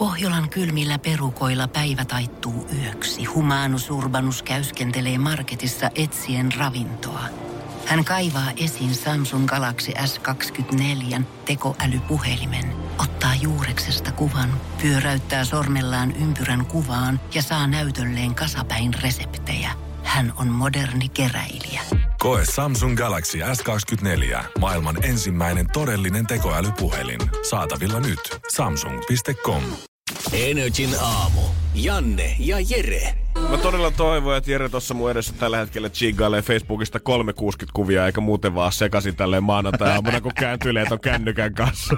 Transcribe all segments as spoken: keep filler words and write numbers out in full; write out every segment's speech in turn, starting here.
Pohjolan kylmillä perukoilla päivä taittuu yöksi. Humanus Urbanus käyskentelee marketissa etsien ravintoa. Hän kaivaa esiin Samsung Galaxy S kaksikymmentäneljä tekoälypuhelimen, ottaa juureksesta kuvan, pyöräyttää sormellaan ympyrän kuvaan ja saa näytölleen kasapäin reseptejä. Hän on moderni keräilijä. Koe Samsung Galaxy S kaksikymmentäneljä. Maailman ensimmäinen todellinen tekoälypuhelin. Saatavilla nyt. Samsung piste com. Energin aamu. Janne ja Jere. Mä todella toivon, että Jere tuossa mun edessä tällä hetkellä chiggailee Facebookista kolmesataakuusikymmentä kuvia, eikä muuten vaan sekaisin tälleen maanantai-aamuna, kun kääntylee ton kännykän kanssa.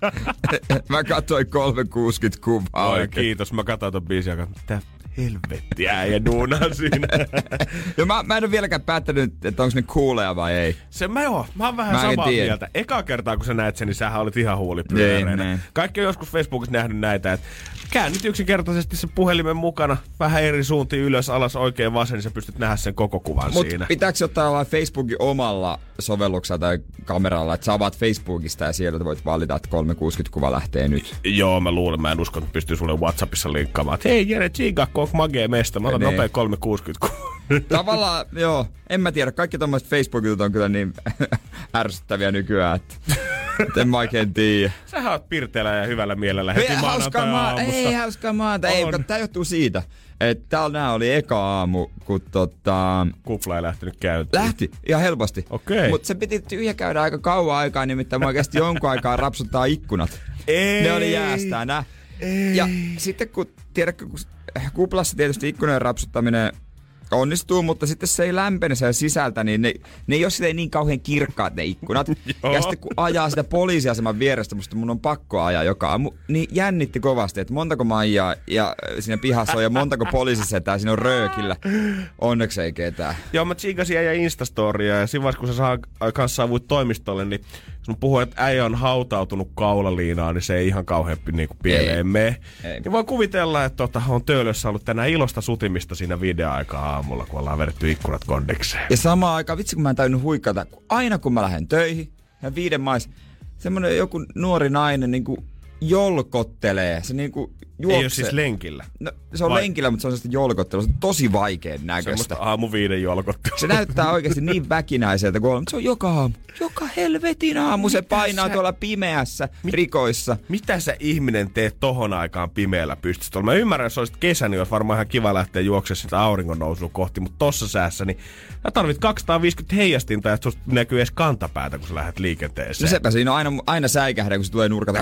Mä katsoin kolmesataakuusikymmentä kuvaa. Oi, kiitos. Mä katsoin ton biisin ja katsoin, mitä helvettiä äijä duunaa siinä. Joo, mä, mä en ole vieläkään päättänyt, että onko ne cooleja vai ei. Se mä joo. Mä oon vähän mä samaa mieltä. Eka kertaa, kun sä näet sen, niin sähän olit ihan huulipyöreänä. Kaikki on joskus Facebookissa nähnyt näitä, että käännyt yksinkertaisesti sen puhelimen mukana vähän eri suuntiin ylös, alas, oikein vasen, niin sä pystyt nähdä sen koko kuvan Mut siinä. Pitääkö ottaa jollain Facebookin omalla sovelluksella tai kameralla, että sä avaat Facebookista ja sieltä voit valita, että kolmesataakuusikymmentä kuva lähtee nyt? Joo, mä luulen, mä en usko, että pystyy sulle WhatsAppissa linkkaamaan, että hei Jere, tsiigaa, kun onko magee mestä, mä otan ne. nopea kolmesataakuusikymmentä kuva. Tavallaan, joo, en mä tiedä, kaikki tommoset Facebook-jutut on kyllä niin ärsyttäviä nykyään, että en mä oikein tiedä. Sähän oot pirteellä ja hyvällä mielellä heti maanantai-aamusta. Ei hauskaa maata, ei, tää johtuu siitä, että täällä oli eka aamu, kun tota... Kupla ei lähtenyt käyntiin. Lähti, ihan helposti. Okei. Mut se piti tyhjä käydä aika kauan aikaa, nimittäin mä oikeesti jonkun aikaa rapsuttaa ikkunat. Ei. Ne oli jäästää, nää. Ei. Ja sitten kun, tiedätkö, kun kuplassa tietysti ikkunoiden rapsuttaminen onnistuu, mutta sitten se ei lämpene siellä sisältä, niin ne, ne ei ole sitten niin kauhean kirkkaat ne ikkunat. Ja sitten kun ajaa sitä poliisiaseman vierestä, musta mun on pakko ajaa joka aamu, niin jännitti kovasti, että montako maijaa ja siinä pihassa on ja montako poliisisetää siinä on röökillä. Onneksi ei ketään. Joo, mä tsiikasin äijä Instastoria ja siinä vaiheessa, kun sä saa, kanssa saavuit toimistolle, niin jos mä puhun, että äijä on hautautunut kaulaliinaan, niin se ei ihan kauhean niinku pieleen mene. Niin voi kuvitella, että tota, on töölössä ollut tänään ilosta sutimista siinä videoaikaa aamulla, kun ollaan vedetty ikkunat kondikseen. Ja samaan aikaan, vitsi kun mä en tajunnut huikata, kun aina kun mä lähden töihin ja viiden mais, semmonen joku nuori nainen niinku jolkottelee. Se niinku juoksee. Ei ole siis lenkillä. No, se on Vai? lenkillä, mutta se on sellaista jolkottelua. Se on tosi vaikean näköistä. Semmosta aamu viiden jolkottelua. Se näyttää oikeasti niin väkinäiseltä, kun on, se on joka aamu. Joka helvetin aamu se painaa sä... tuolla pimeässä Mit... rikoissa. Mitä sä ihminen teet tohon aikaan pimeällä pystystä? Mä ymmärrän, että se olisit kesä, niin olisi varmaan ihan kiva lähteä juoksemaan sitä auringon nousua kohti, mutta tossa säässä, niin sä tarvit kaksisataaviisikymmentä heijastinta, että susta näkyy edes kantapäätä, kun sä lähdet liikenteeseen. No sepä siinä on aina, aina säikähdä, kun se tulee nurkalta.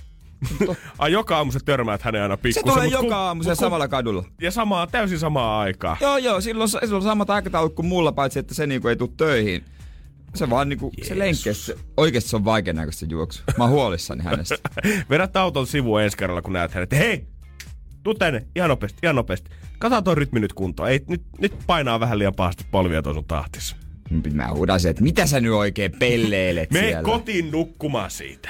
Ai joka aamu sä törmäät hänen aina pikkusen. Se tulee mut joka kun, aamu sen samalla kadulla. Ja samaa, täysin samaa aikaa. Joo, joo, silloin, silloin on samat aikataulut kuin mulla, paitsi että se niinku ei tule töihin. Se vaan niinku, Jeesus. Se lenkkeessä, oikeesti se on vaikean näköistä se juoksu. Mä oon huolissani hänestä. Vedät auton sivuun ensi kerralla, kun näet hänet. Hei! Tuu tänne, ihan nopeasti, ihan nopeasti. Kataan toi rytmi nyt kuntoon. Ei, nyt, nyt painaa vähän liian pahasti polvia toi sun tahtissa. Mä huudasin, että mitä sä nyt oikein pelleilet Me siellä? Me kotiin nukkumaan siitä.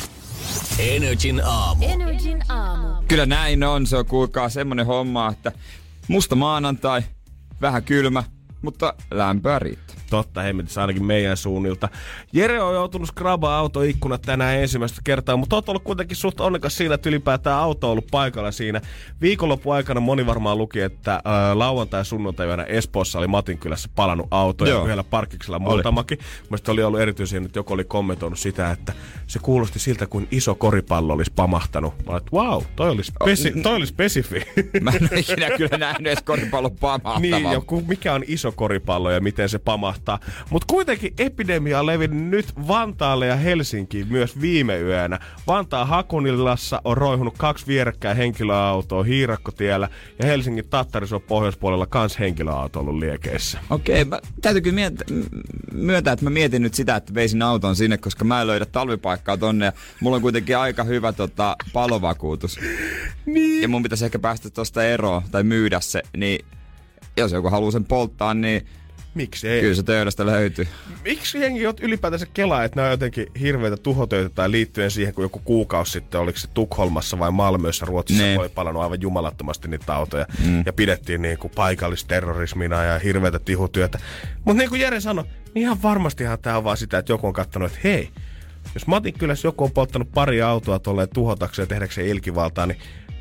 Energin aamu. Energin aamu. Kyllä näin on, se on kuulkaa semmonen homma, että musta maanantai, vähän kylmä, mutta lämpöä riittää. Totta, hemmetissä ainakin meidän suunnilta. Jere on joutunut skrabaa autoikkunat tänään ensimmäistä kertaa, mutta oot ollut kuitenkin suht onnekas siinä, että ylipäätään auto on ollut paikalla siinä. Viikonlopun aikana moni varmaan luki, että ää, lauantai- ja sunnuntai Espoossa oli Matinkylässä palannut auto ja yhdellä parkkiksella muutamakin. Mielestäni oli ollut erityisiä, että joku oli kommentoinut sitä, että se kuulosti siltä, kuin iso koripallo olisi pamahtanut. Mä olin, että wow, toi oli, spesi- toi oli spesifi. Mä en ole ikinä kyllä nähnyt edes koripallon pamahtavan. Niin, joku, mikä on iso koripallo ja miten se pamahtaa. Mutta kuitenkin epidemia on levinnyt nyt Vantaalle ja Helsinkiin myös viime yönä. Vantaan Hakunilassa on roihunut kaksi vierekkäin henkilöautoa Hiirakkotiellä ja Helsingin Tattarisuon pohjoispuolella kans henkilöauto ollut liekeissä. Okei, okay, täytyy kyllä miet- myöntää, että mä mietin nyt sitä, että veisin auton sinne, koska mä en löydä talvipaikkaa tonne ja mulla on kuitenkin aika hyvä tota, palovakuutus. Niin. Ja mun pitäisi ehkä päästä tosta eroon tai myydä se, niin jos joku haluaa sen polttaa, niin miksi ei? Kyllä se töydästä löytyy. Miksi jengi on ylipäätänsä kelaa, että nämä on jotenkin hirveitä tuhotöitä tai liittyen siihen, kun joku kuukausi sitten, oliko se Tukholmassa vai Malmössä Ruotsissa, ne. Oli palannut aivan jumalattomasti niitä autoja mm. ja pidettiin niin kuin paikallisterrorismina ja hirveitä tihutyötä. Mutta niin kuin Jere sanoi, niin ihan varmastihan tämä on vaan sitä, että joku on katsonut, että hei, jos Matinkylässä joku on polttanut pari autoa tolleen tuhotakseen ja tehdäkseen ilkivaltaa, niin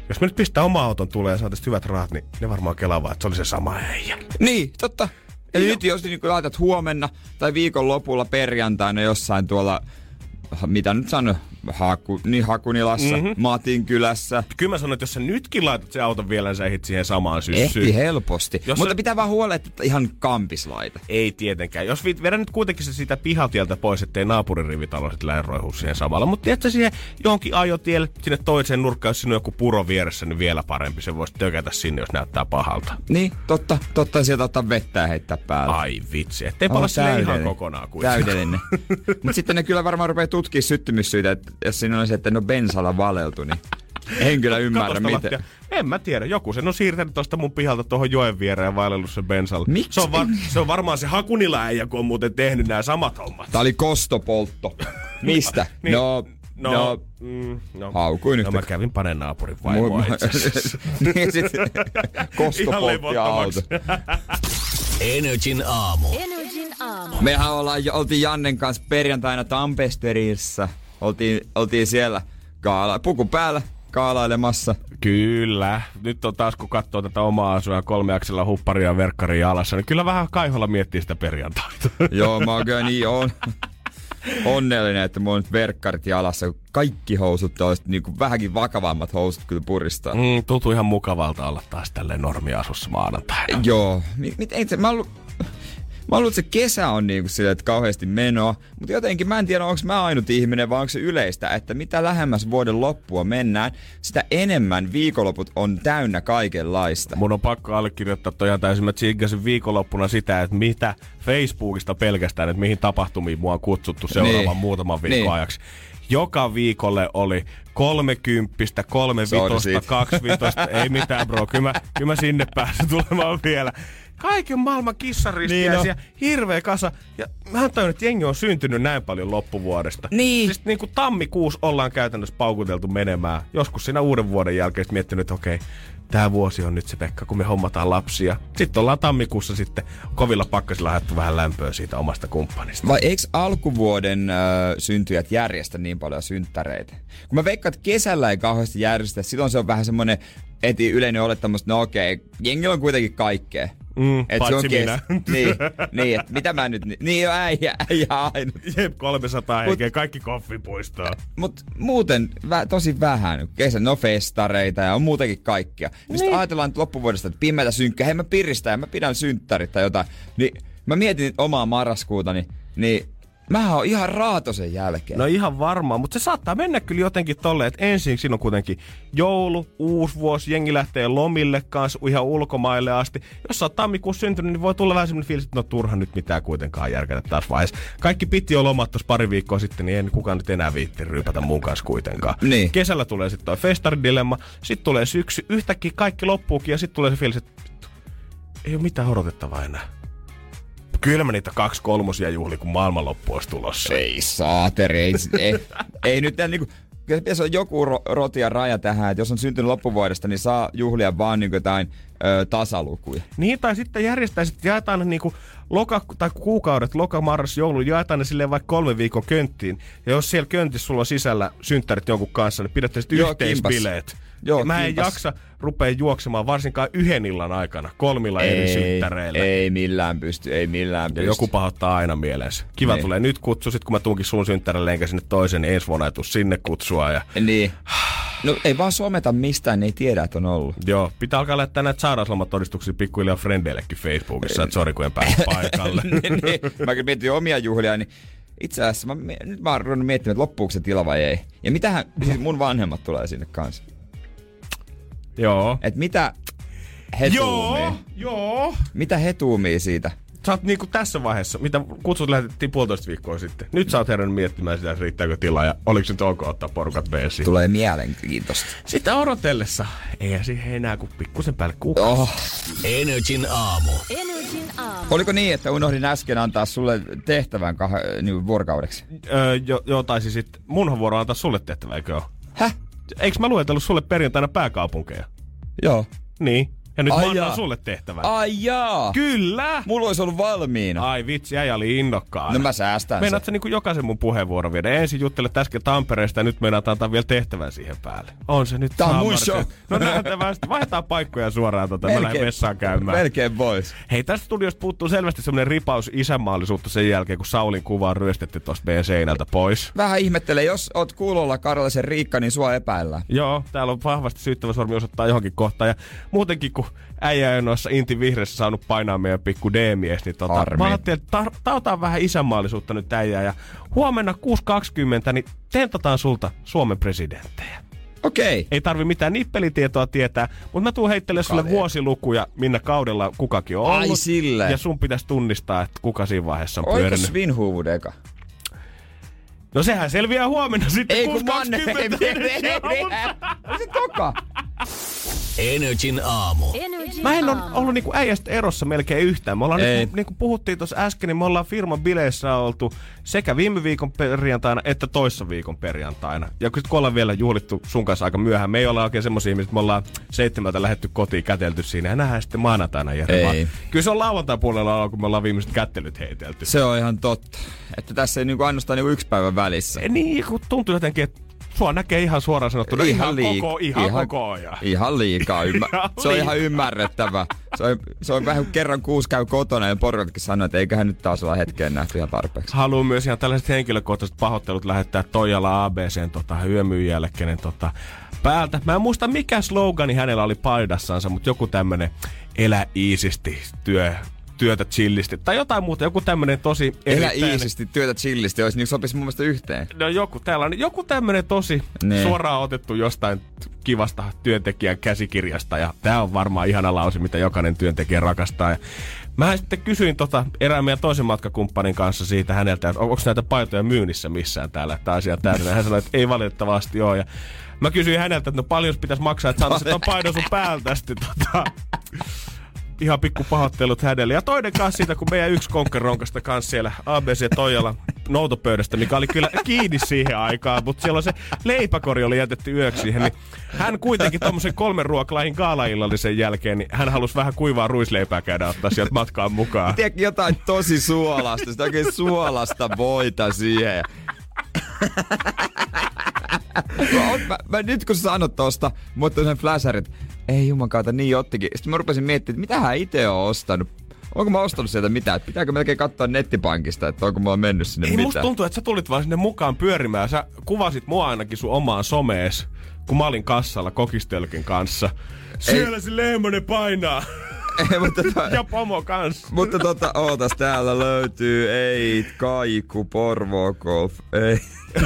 Jos me nyt pistää oma auton tulee ja saataisiin hyvät rahat, niin ne varmaan kelaa että se oli se sama äijä. Niin, totta. Eli nyt jos niin laitat huomenna tai viikon lopulla perjantaina jossain tuolla, mitä nyt sanon, Haku, niin Hakunilassa, mm-hmm. Matinkylässä. Kyllä mä sanon, että jos sä nytkin laitat se auton vielä, niin sä ehdit siihen samaan syssyyn. Ehti helposti. Jos Mutta sä... pitää vaan huolella, että ihan kampis laita. Ei tietenkään. Jos vedän nyt kuitenkin se sitä pihatieltä pois, ettei naapurin rivitalo sit lähde roihua siihen samalla. Mutta tiedätkö siihen johonkin ajotielle, sinne toiseen nurkkaan, jos siinä on joku puro vieressä, niin vielä parempi. Se voisi tökätä sinne, jos näyttää pahalta. Niin, totta. Totta sieltä ottaa vettä ja heittää päälle. Ai vitsi. Ettei pala sille ihan kokonaan kuitenkaan. Täydellinen. Mutta sitten ne kyllä varmaan rupeaa tutkimaan syttymyssyitä, että jos siinä on se, että no bensalla valeltu, niin en kyllä ymmärrä miten. En mä tiedä. Joku sen on siirtänyt tosta mun pihalta tuohon joen viereen ja vaellellut sen bensalla. Miksi? Se on, var, se on varmaan se Hakunila-äijä, kun on muuten tehnyt nämä samat hommat. Tää oli kostopoltto. Mistä? niin, no, no, no, mm, no. Haukuin nyt. No mä kävin panen naapurin vaimoa itse asiassa. Niin sit kostopoltti auto. Energin aamu. Energin aamu. Mehän ollaan, oltiin Jannen kanssa perjantaina Tampesterissä. Oltiin, oltiin siellä kaala, puku päällä kaalailemassa. Kyllä. Nyt on taas, kun katsoo tätä omaa asua kolmeaksella hupparia ja verkkaria jalassa, niin kyllä vähän kaiholla miettii sitä perjantaita. Joo, mä oon kyllä niin on. Onnellinen, että mulla on nyt verkkarit jalassa. Kaikki housut olisi niin kuin vähänkin vakavammat housut kyllä puristaa. Mm, tuntuu ihan mukavalta olla taas tälleen normiasussa maanantaina. Joo. Mit, ei se, mä oon Mä luulen, että se kesä on niinku sille, että kauheasti menoa, mutta jotenkin mä en tiedä, onko mä ainut ihminen vai onko se yleistä, että mitä lähemmäs vuoden loppua mennään, sitä enemmän viikonloput on täynnä kaikenlaista. Mun on pakko allekirjoittaa tojan täysin. Mä tsiggasin viikonloppuna sitä, että mitä Facebookista pelkästään, että mihin tapahtumiin mua on kutsuttu seuraavan niin. muutaman viikon niin. ajaksi. Joka viikolle oli kolmekymppistä, kolme vitosta, kaksi vitosta, ei mitään bro, kyllä mä, kyllä mä sinne pääsen tulemaan vielä. Kaiken maailman kissaristiäisiä, niin no. hirveä kasa. Ja mä tajunnut, että jengi on syntynyt näin paljon loppuvuodesta. Niin. Siis niin kuin tammikuussa ollaan käytännössä paukuteltu menemään. Joskus siinä uuden vuoden jälkeen miettinyt, että okei, tää vuosi on nyt se Pekka, kun me hommataan lapsia. Sitten ollaan tammikuussa sitten kovilla pakkasilla haettu vähän lämpöä siitä omasta kumppanista. Vai eikö alkuvuoden äh, syntyjät järjestä niin paljon synttäreitä? Kun mä veikkaan, että kesällä ei kauheasti järjestä, silloin se on vähän semmonen eti yleinen olettamus, että no okei, jengillä on kuitenkin kaikkea. Mm, et paitsi se on kes- minä. niin, niin että mitä mä nyt... Niin jo äijä, äijä ainut. Jep, kolmesataa henkeä, kaikki koffipuistoa. Mut muuten vä, tosi vähän. Kesän no festareita ja on muutenkin kaikkea. Niin. Sitten ajatellaan nyt loppuvuodesta, että pimeätä synkkää. Hei mä piristän ja mä pidän synttärit tai jotain. Niin mä mietin omaa marraskuutani, niin mä oon ihan raato sen jälkeen. No ihan varmaan, mutta se saattaa mennä kyllä jotenkin tolleen, että ensin siinä on kuitenkin joulu, uusi vuosi, jengi lähtee lomille kanssa ihan ulkomaille asti. Jos sä oot tammikuussa syntynyt, niin voi tulla vähän semmoinen fiilis, että no turha nyt mitään kuitenkaan järkätä taas vaiheessa. Kaikki piti jo lomat tuossa pari viikkoa sitten, niin ei kukaan nyt enää viitti ryypätä mun kanssa kuitenkaan. Niin. Kesällä tulee sitten toi festaridilemma, sitten tulee syksy, yhtäkkiä kaikki loppuukin ja sitten tulee se fiilis, että ei ole mitään odotettavaa enää. Kyllä mä niitä kaksi kolmosia juhli, kun maailmanloppu olisi tulossa. Ei saateri, ei, ei, ei nyt niinku... Kyllä pitäisi olla joku ro, roti ja raja tähän, että jos on syntynyt loppuvuodesta, niin saa juhlia vaan niinku jotain ö, tasalukuja. Niin, tai sitten järjestää, sitten jaetaan ne niinku loka, tai kuukaudet, loka, marras, joulu, jaetaan ne silleen vaikka kolme viikon könttiin. Ja jos siellä köntissä sulla on sisällä synttärit jonkun kanssa, niin pidätte sitten yhteisbileet. Joo, mä en kimpas. jaksa rupea juoksemaan varsinkaan yhden illan aikana kolmilla ei, eri synttäreillä. Ei millään pysty, ei millään pysty. Ja joku pahoittaa aina mielensä. Kiva niin. tulee nyt kutsu, sit kun mä tuunkin sun synttäreille enkä sinne toisen, niin ensi vuonna ei tuu sinne kutsua. Ja... Niin. No ei vaan someta mistään, niin ei tiedä, että on ollut. Joo, pitää alkaa laittaa näitä sairauslomatodistuksia pikkuhiljaa frendeillekin Facebookissa, että sori kun en pääse paikalle. niin, niin. Mä kyllä mietin omia juhlia, niin itse asiassa mä, nyt mä oon ruvennut miettimään, että loppuuko se tila vai ei. Ja mitähän siis mun vanhemmat tulee sinne kanssa. Joo. Et mitä he joo, tuumii? Joo. Mitä he tuumii siitä? Sä oot niinku tässä vaiheessa, mitä kutsut lähetettiin puolitoista viikkoa sitten. Nyt sä oot herännyt miettimään sitä, että riittääkö tilaa ja oliko nyt ok ottaa porukat beesiin. Tulee mielenkiintoista. Sitä odotellessa. Eihän siihen enää kuin pikkusen päälle kuukausi. Oh. Energin aamu. Energin aamu. Oliko niin, että unohdin äsken antaa sulle tehtävän kah- niin vuorokaudeksi? Öö, jo, jo taisi sit munhan vuoro antaa sulle tehtävä, eikö oo? Häh? Eikö mä luetellut sulle perjantaina pääkaupunkeja? Joo. Niin. Ja nyt Ai mä annan jaa. sulle tehtävän. Ai jaa. Kyllä! Mulla olisi ollut valmiina. Ai vitsi, äijä oli innokkaana. No mä säästän Meinaat sen. sä niinku jokaisen mun puheenvuoron viedä? Ensin juttelet äsken Tampereesta ja nyt meinaat antaa vielä tehtävän siihen päälle. On se nyt Tää on mun saamari. show. No nähtävästi. Vaihdetaan paikkoja suoraan tota. Mä lähden vessaan käymään. Melkein pois. Hei, tästä studiosta puuttuu selvästi semmonen ripaus isänmaallisuutta sen jälkeen, kun Saulin kuvaa ryöstettiin tosta meidän seinältä pois. Vähän ihmettelen, jos oot kuulolla Karjalaisen Riikka, niin sua epäillään. Joo, täällä on vahvasti syyttävä sormi osoittaa johonkin kohtaan. Ja muutenkin, kun äijä ei noissa Intin vihreissä saanut painaa meidän pikku D-mies, niin tota, Harmi. mä ajattelin, että tar- tautaan vähän isänmaallisuutta nyt äijää. Ja huomenna kuusi kaksikymmentä, niin tentataan sulta Suomen presidenttejä. Okei. Ei tarvi mitään nippelitietoa tietää, mutta mä tuun heittelemaan sulle Kaveeri. vuosilukuja, minne kaudella kukakin on ollut. Ai silleen. Ja sun pitäisi tunnistaa, että kuka siinä vaiheessa on Oiko pyörinyt. Svinhuvud eka? No sehän selviää huomenna sitten Ei kuusi kun Manne. kaksikymmentä. Se toka. Energin aamu. Energin Mä en ole aamu. ollut niinku äijästä erossa melkein yhtään. Me ollaan Ei. niinku, niinku puhuttiin tuossa äsken, niin me ollaan firman bileissä oltu sekä viime viikon perjantaina että toissa viikon perjantaina. Ja kun kun ollaan vielä juhlittu sun kanssa aika myöhään, me ei olla oikein semmosia ihmisiä, että me ollaan seitsemältä lähdetty kotiin, kätelty siinä ja nähdään sitten maanantaina. Jere, Ei. vaan kyllä se on lauantai puolella ollut, kun me ollaan viimeiset kättelyt heitelty. Se on ihan totta. Että tässä ei niinku ainoastaan niinku yksi päivän välissä. E, niin, kun tuntuu jotenkin, että sua näkee ihan suoraan sanottuna ihan, liik- koko, ihan, ihan koko ajan. Ihan liikaa. Ymmär- Ihan se on liikaa. ihan ymmärrettävä. Se on, se on vähän kerran kuusi käy kotona ja porukatkin sanoo, että eiköhän nyt taas olla hetkeen nähty ihan tarpeeksi. Haluan myös ihan tällaiset henkilökohtaiset pahoittelut lähettää Toijala A B C:n tota, yömyyjälle, kenen tota, päältä. Mä en muista mikä slogani hänellä oli paidassansa, mutta joku tämmönen elä iisisti, työ, työtä chillisti tai jotain muuta. Joku tämmönen tosi Elä erittäin- iisisti, työtä chillisti, olisi niin sopisi mun mielestä yhteen. No joku tällainen, joku tämmönen tosi Ne. suoraan otettu jostain kivasta työntekijän käsikirjasta ja tää on varmaan ihana lause, mitä jokainen työntekijä rakastaa. Ja mä sitten kysyin tota erään meidän toisen matkakumppanin kanssa siitä häneltä, että onko näitä paitoja myynnissä missään täällä, että asia täynnä. Hän sanoi, että ei valitettavasti ole. Ja mä kysyin häneltä, että no paljon pitäisi maksaa, että saataisiin ton paidon sun päältä sitten tota. Ihan pikku pahoittelut hänelle. Ja toinen kanssa siitä, kun meidän yksi konkkaronkasta kanssa siellä A B C Toijala noutopöydästä, mikä oli kyllä kiinni siihen aikaan, mutta siellä on se leipäkori oli jätetty yöksi siihen, niin hän kuitenkin tommosen kolmen ruokalaihin gaalaillallisen jälkeen, niin hän halusi vähän kuivaa ruisleipää käydä ottaa sieltä matkaan mukaan. Tiedätkö jotain tosi suolasta, sitä oikein suolasta voita siihen. mä, oon- mä, mä, nyt kun sä sanot tosta, mä otin sen flasherit. Ei jumankautta, niin ottikin. Sitten mä rupesin miettimään, että mitä hän itse on ostanut. Onko mä ostanut sieltä mitään? Että pitääkö melkein katsoa nettipankista, että onko mulla mennyt sinne Ei mitään? musta tuntuu, että sä tulit vaan sinne mukaan pyörimään. Sä kuvasit mua ainakin sun omaan somees, kun mä olin kassalla kokistölkin kanssa. Siellä se Lehmonen painaa. Ei, mutta, tota, Ja pomo kanssa. mutta tota, ootas, täällä löytyy ei, Kaiku, Porvoo Golf, ei,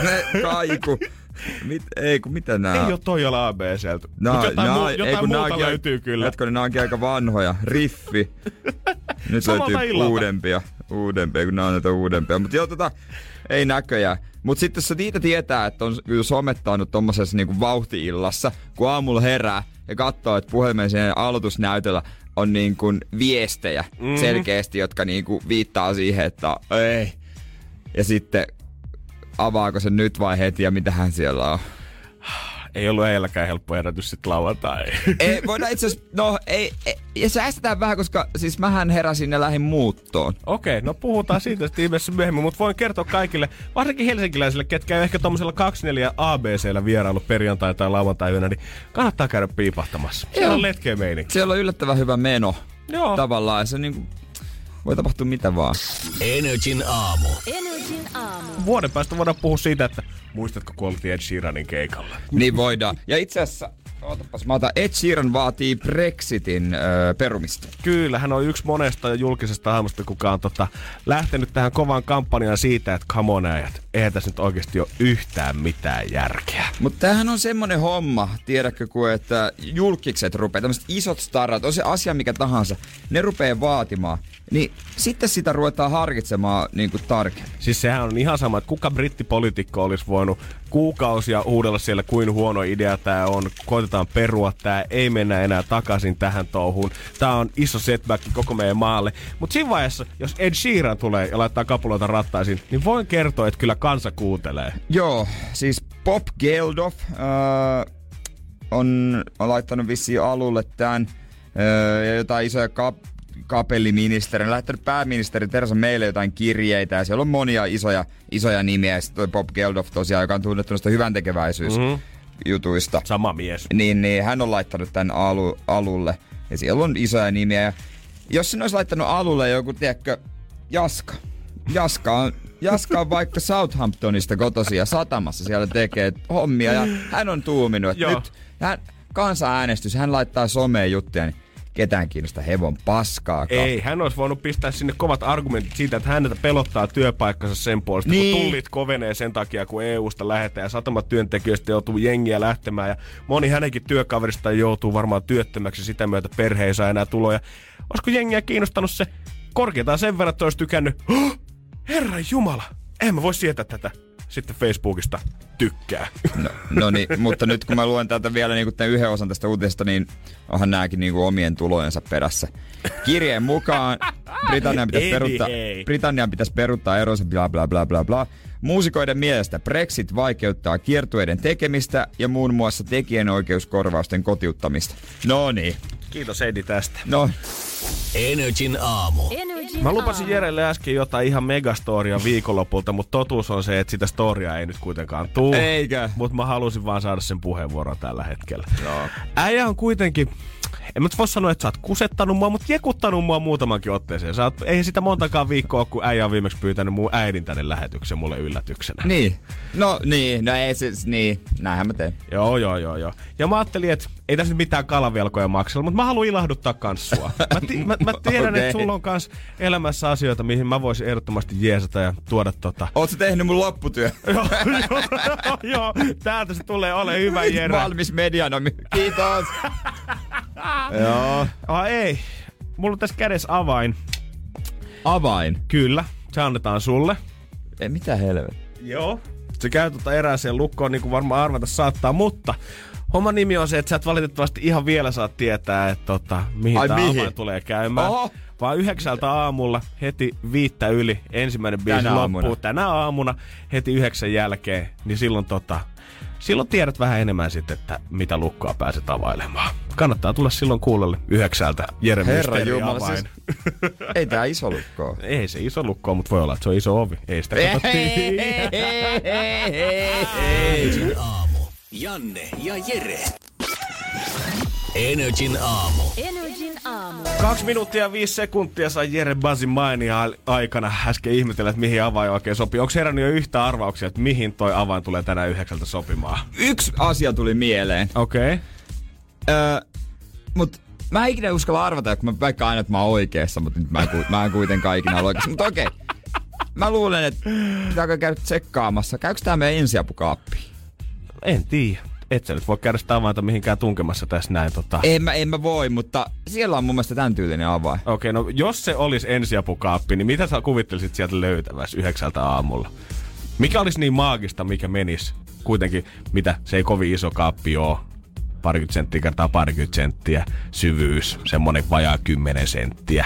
Kaiku. Mit, ei, kun mitä nää Ei on? oo Toijala A B C:ltä. Nää- Mut jotain, nää- muu, ei, jotain kun nää muuta onkin- löytyy kyllä. Hetkonen, nää onkin aika vanhoja. Riffi. Nyt Samalta löytyy illalta. uudempia. Uudempia, kun nää on näitä uudempia. Mut joo, tota, ei näköjään. Mut sitten jos niitä tietää, että on kyllä somettanut tommosessa niinku vauhti-illassa, kun aamulla herää ja katsoo, että puhelimen sen aloitusnäytöllä on niin kuin viestejä mm-hmm. selkeästi, jotka niinku viittaa siihen, että ei. Ja sitten avaako se nyt vai heti ja mitähän siellä on. Ei ollut eiläkään helppo herätys sit lauantai. Ei, voidaan itse asiassa, no ei, ei, ja säästetään vähän, koska siis mähän heräsin ja lähdin muuttoon. Okei, no puhutaan siitä sitten ihmeessä myöhemmin, mutta voin kertoa kaikille, varsinkin helsinkiläisille, ketkä ei ehkä tommosella kaksikymmentäneljä A B C:llä vierailu perjantai- tai lauantai-yönä, niin kannattaa käydä piipahtamassa. Siellä Joo. on letkeä meininki. Siellä on yllättävän hyvä meno Joo. tavallaan, ja se niinku, voi tapahtua mitä vaan. Energin aamu. Energin aamu. Vuoden päästä voidaan puhua siitä, että muistatko kun oltiin Ed Sheeranin keikalla? Niin voidaan. Ja itse asiassa, ootapas, mä otan, Ed Sheeran vaatii Brexitin öö, perumista. Kyllä, hän on yksi monesta julkisesta hahmosta, kuka on tota, lähtenyt tähän kovaan kampanjaan siitä, että come on äijät, eihän tässä nyt oikeasti ole yhtään mitään järkeä. Mutta tämähän on semmonen homma, tiedätkö, kun että julkikset rupeaa, tämmöiset isot starrat, on se asia mikä tahansa, ne rupeaa vaatimaan. Niin sitten sitä ruvetaan harkitsemaan niin kuin tarkemmin. Siis sehän on ihan sama, että kuka brittipoliitikko olisi voinut kuukausia huudella siellä, kuin huono idea tää on, koitetaan perua tää, ei mennä enää takaisin tähän touhuun. Tää on iso setback koko meidän maalle. Mutta siinä vaiheessa, jos Ed Sheeran tulee ja laittaa kapuloita rattaisiin, niin voin kertoa, että kyllä kansa kuuntelee. Joo, siis Bob Geldof äh, on, on laittanut vissiin alulle tämän öö, ja jotain isoja kap- kapelliministeriä. On lähettänyt pääministeri Theresa Maylle jotain kirjeitä ja siellä on monia isoja, isoja nimiä. Ja sitten toi Bob Geldof tosiaan, joka on tunnettu noista hyväntekeväisyysjutuista. Mm-hmm. Sama mies. Niin, niin hän on laittanut tän alu, alulle ja siellä on isoja nimiä. Ja jos sen olisi laittanut alulle joku, tiedätkö, Jaska. Jaska on, Jaska on vaikka Southamptonista kotoisin ja satamassa siellä tekee hommia ja hän on tuuminut, että nyt hän, kansanäänestys, hän laittaa someen juttuja, niin ketään kiinnostaa hevon paskaakaan. Ei, hän olisi voinut pistää sinne kovat argumentit siitä, että häneltä pelottaa työpaikkansa sen puolesta, niin. kun tullit kovenee sen takia, kun E U:sta lähdetään ja satamatyöntekijöistä joutuu jengiä lähtemään ja moni hänenkin työkaverista joutuu varmaan työttömäksi sitä myötä perhe ei saa enää tuloja. Olisiko jengiä kiinnostanut se korkeintaan sen verran, että olisi tykännyt, oh, Herran Jumala, en mä voi sietää tätä. Sitten Facebookista tykkää. No, no niin, mutta nyt kun mä luen täältä vielä niin tämän yhden osan tästä uutisesta, niin onhan nääkin niin omien tulojensa perässä. Kirjeen mukaan Britannian pitäisi peruuttaa, Britannian pitäisi peruuttaa eronsa bla bla bla bla bla. Muusikoiden mielestä Brexit vaikeuttaa kiertueiden tekemistä ja muun muassa tekijänoikeuskorvausten kotiuttamista. No niin. Kiitos Edi tästä. No. Energin aamu. Energin Mä lupasin aamu. Jerelle äsken jotain ihan megastoria viikonlopulta, mutta totuus on se, että sitä storia ei nyt kuitenkaan tuu. Eikä. Mutta mä halusin vaan saada sen puheenvuoron tällä hetkellä. No. Äijä on kuitenkin, en mä voi sanoa, että sä oot kusettanut mua, mutta jekuttanut mua muutamankin otteeseen. Sä oot, eihän sitä montakaan viikkoa, kun äijä on viimeksi pyytänyt mun äidin tänne lähetyksen mulle yllätyksenä. Niin. No niin, no ei siis, niin, näinhän mä teen. Joo, joo, joo, joo. Ja mä ajattelin, että ei tässä nyt mitään kalavelkoja maksella, mutta mä haluan ilahduttaa kans sua. Mä, ti- mä, mä tiedän, okay. että sulla on kans elämässä asioita, mihin mä voisin ehdottomasti jeesata ja tuoda tota... Oot sä tehnyt mun lopputyö? joo, joo, joo, täältä se tulee, ole hyvä Jere. Valmis medianomi. Kiitos. Joo. Oh, ei. Mulla on tässä kädessä avain. Avain? Kyllä. Se annetaan sulle. Ei, mitä helvet. Joo. Se käy tuota erääseen lukkoon, niin kuin varmaan arvata saattaa, mutta homman nimi on se, että sä et valitettavasti ihan vielä saa tietää, että tota, mihin Ai, tää mihin? avain tulee käymään. Oho. Vaan yhdeksältä aamulla heti viittä yli ensimmäinen biisi Tänä loppuu. aamuna. Tänä aamuna heti yhdeksän jälkeen, niin silloin tota... Silloin tiedät vähän enemmän sitten, että mitä lukkoa pääset availemaan. Kannattaa tulla silloin kuulolle yhdeksältä Jere Mysteeri avain. Siis, ei tää iso lukko ole. Ei se iso lukko mutta voi olla, että se on iso ovi. Ei sitä kato Energin aamu. Janne ja Jere. Energin aamu. Energin aamu. Kaksi minuuttia ja viisi sekuntia sai Jere Buzzin mainia aikana äsken ihmetellä, että mihin avain oikein sopii. Onko herännyt jo yhtä arvauksia, että mihin toi avain tulee tänään yhdeksältä sopimaan? Yksi asia tuli mieleen. Okei. Okay. Öö, mut mä en ikinä uskalla arvata, kun mä vaikka aina, että mä oon oikeassa, mutta nyt mä en, mä en kuitenkaan ikinä ole oikeassa. Mutta okei. Okay. Mä luulen, että pitääkö käydä tsekkaamassa. Käykö tää meidän ensiapukaappi? En tiedä. Et sä nyt voi käydä sitä avainta mihinkään tunkemassa tässä näin tota. En mä, en mä voi, mutta siellä on mun mielestä tämän tyylinen avain. Okei, okay, no jos se olisi ensiapukaappi, niin mitä sä kuvittelisit sieltä löytävässä yhdeksältä aamulla? Mikä olisi niin maagista, mikä menisi? Kuitenkin, mitä, se ei kovin iso kaappi oo. Parikymmentä senttiä kertaa parikymmentä senttiä. Syvyys, semmonen vajaa kymmenen senttiä.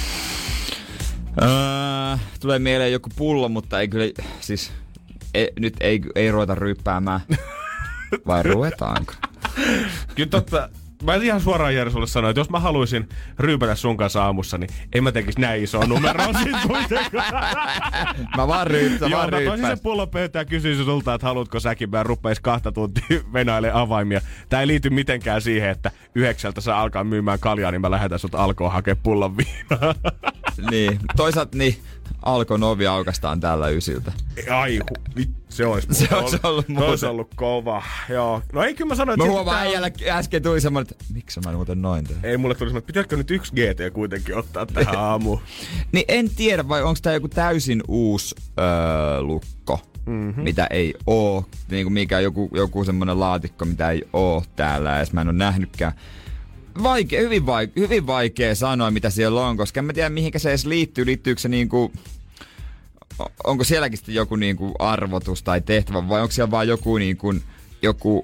Öö, tulee mieleen joku pullo, mutta ei kyllä, siis ei, nyt ei, ei ruveta ryppäämään. Vai ruvetaanko? Kyllä totta. Mä en ihan suoraan Jere sulle sanoa, että jos mä haluaisin ryypätä sun kanssa aamussa, niin en mä tekisi näin isoa numeroa sit kuitenkaan. Mä vaan ryyppään, Joo, vaan mä toisin ryyppään. sen pullon pöytään ja kysyisin sulta, että haluatko säkin, mä ruppeis kahta tuntia venäille avaimia. Tää ei liity mitenkään siihen, että yhdeksältä saa alkaa myymään kaljaa, niin mä lähetän sut Alkoon hakea pullon viinaa. Niin, toisaalta niin, Alkon ovi aukastaan tällä ysiltä. Ai, hu, vit, se olisi Se olisi ollut Se muuten. olisi ollut kova, joo. No ei, kyllä mä sanoin, Mä että... huomaan tää on- äijällä äsken tuli semmonen, että miksi mä muuten noin tein? Ei, mulle tuli semmoinen, että pitääkö nyt yksi G T kuitenkin ottaa tähän aamuun. Niin en tiedä, vai onko tää joku täysin uusi öö, lukko, mm-hmm. mitä ei oo. Niinku mikä joku, joku semmonen laatikko, mitä ei oo täällä edes. Mä en oo nähnytkään. Vaikea, hyvin, vaike, hyvin vaikea sanoa, mitä siellä on, koska en mä tiedä, mihinkä se edes liittyy. Liittyykö se niinku... Onko sielläkin sitten joku niinku arvotus tai tehtävä, vai onko siellä vaan joku niinku... Joku...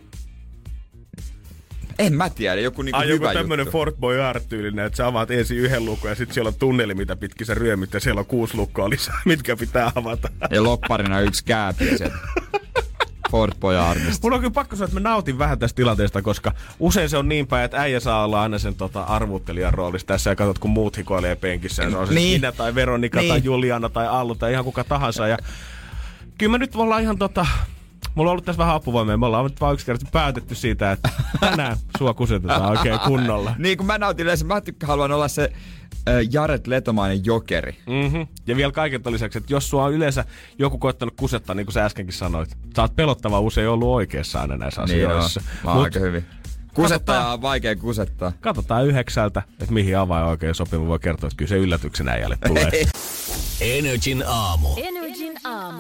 En mä tiedä, joku niinku Ai hyvä joku tämmönen juttu. Fort Boyard-tyylinen, että sä avaat ensin yhden lukon ja sit siellä on tunneli, mitä pitkin sä ryömit ja siellä on kuusi lukkoa lisää, mitkä pitää avata. Ja lopparina yksi kääpiö sieltä. Ford Boyardista. Mun on kyllä pakko sanoa, että mä nautin vähän tästä tilanteesta, koska usein se on niin päin, että äijä saa olla aina sen tota, arvuuttelijan roolissa tässä ja katsot, kun muut hikoilee penkissä. Ja se on se niin. Minä tai Veronika niin. tai Juliana tai Allu tai ihan kuka tahansa. Ja kyllä mä nyt ollaan ihan tota... Mulla on ollut tässä vähän apuvoimia. Me ollaan nyt vaan yksinkertaisesti päätetty siitä, että tänään sua kusetetaan oikein kunnolla. Niin kuin mä nautin yleensä. Mä tykkään, haluan olla se äh, Jared Letomainen jokeri. Mm-hmm. Ja vielä kaiken lisäksi, että jos sua on yleensä joku koittanut kusettaa, niin kuin sä äskenkin sanoit, sä oot pelottava usein ollut oikeassa aina näissä niin asioissa. Niin mä oon aika hyvin. Kusettaa on vaikea kusettaa. Katsotaan yhdeksältä, että mihin avain oikein sopii. Voi kertoa, että kyllä se yllätyksen äijälle tulee. Energin aamu. Energin aamu.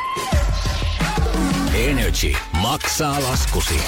Energy maksaa laskusi.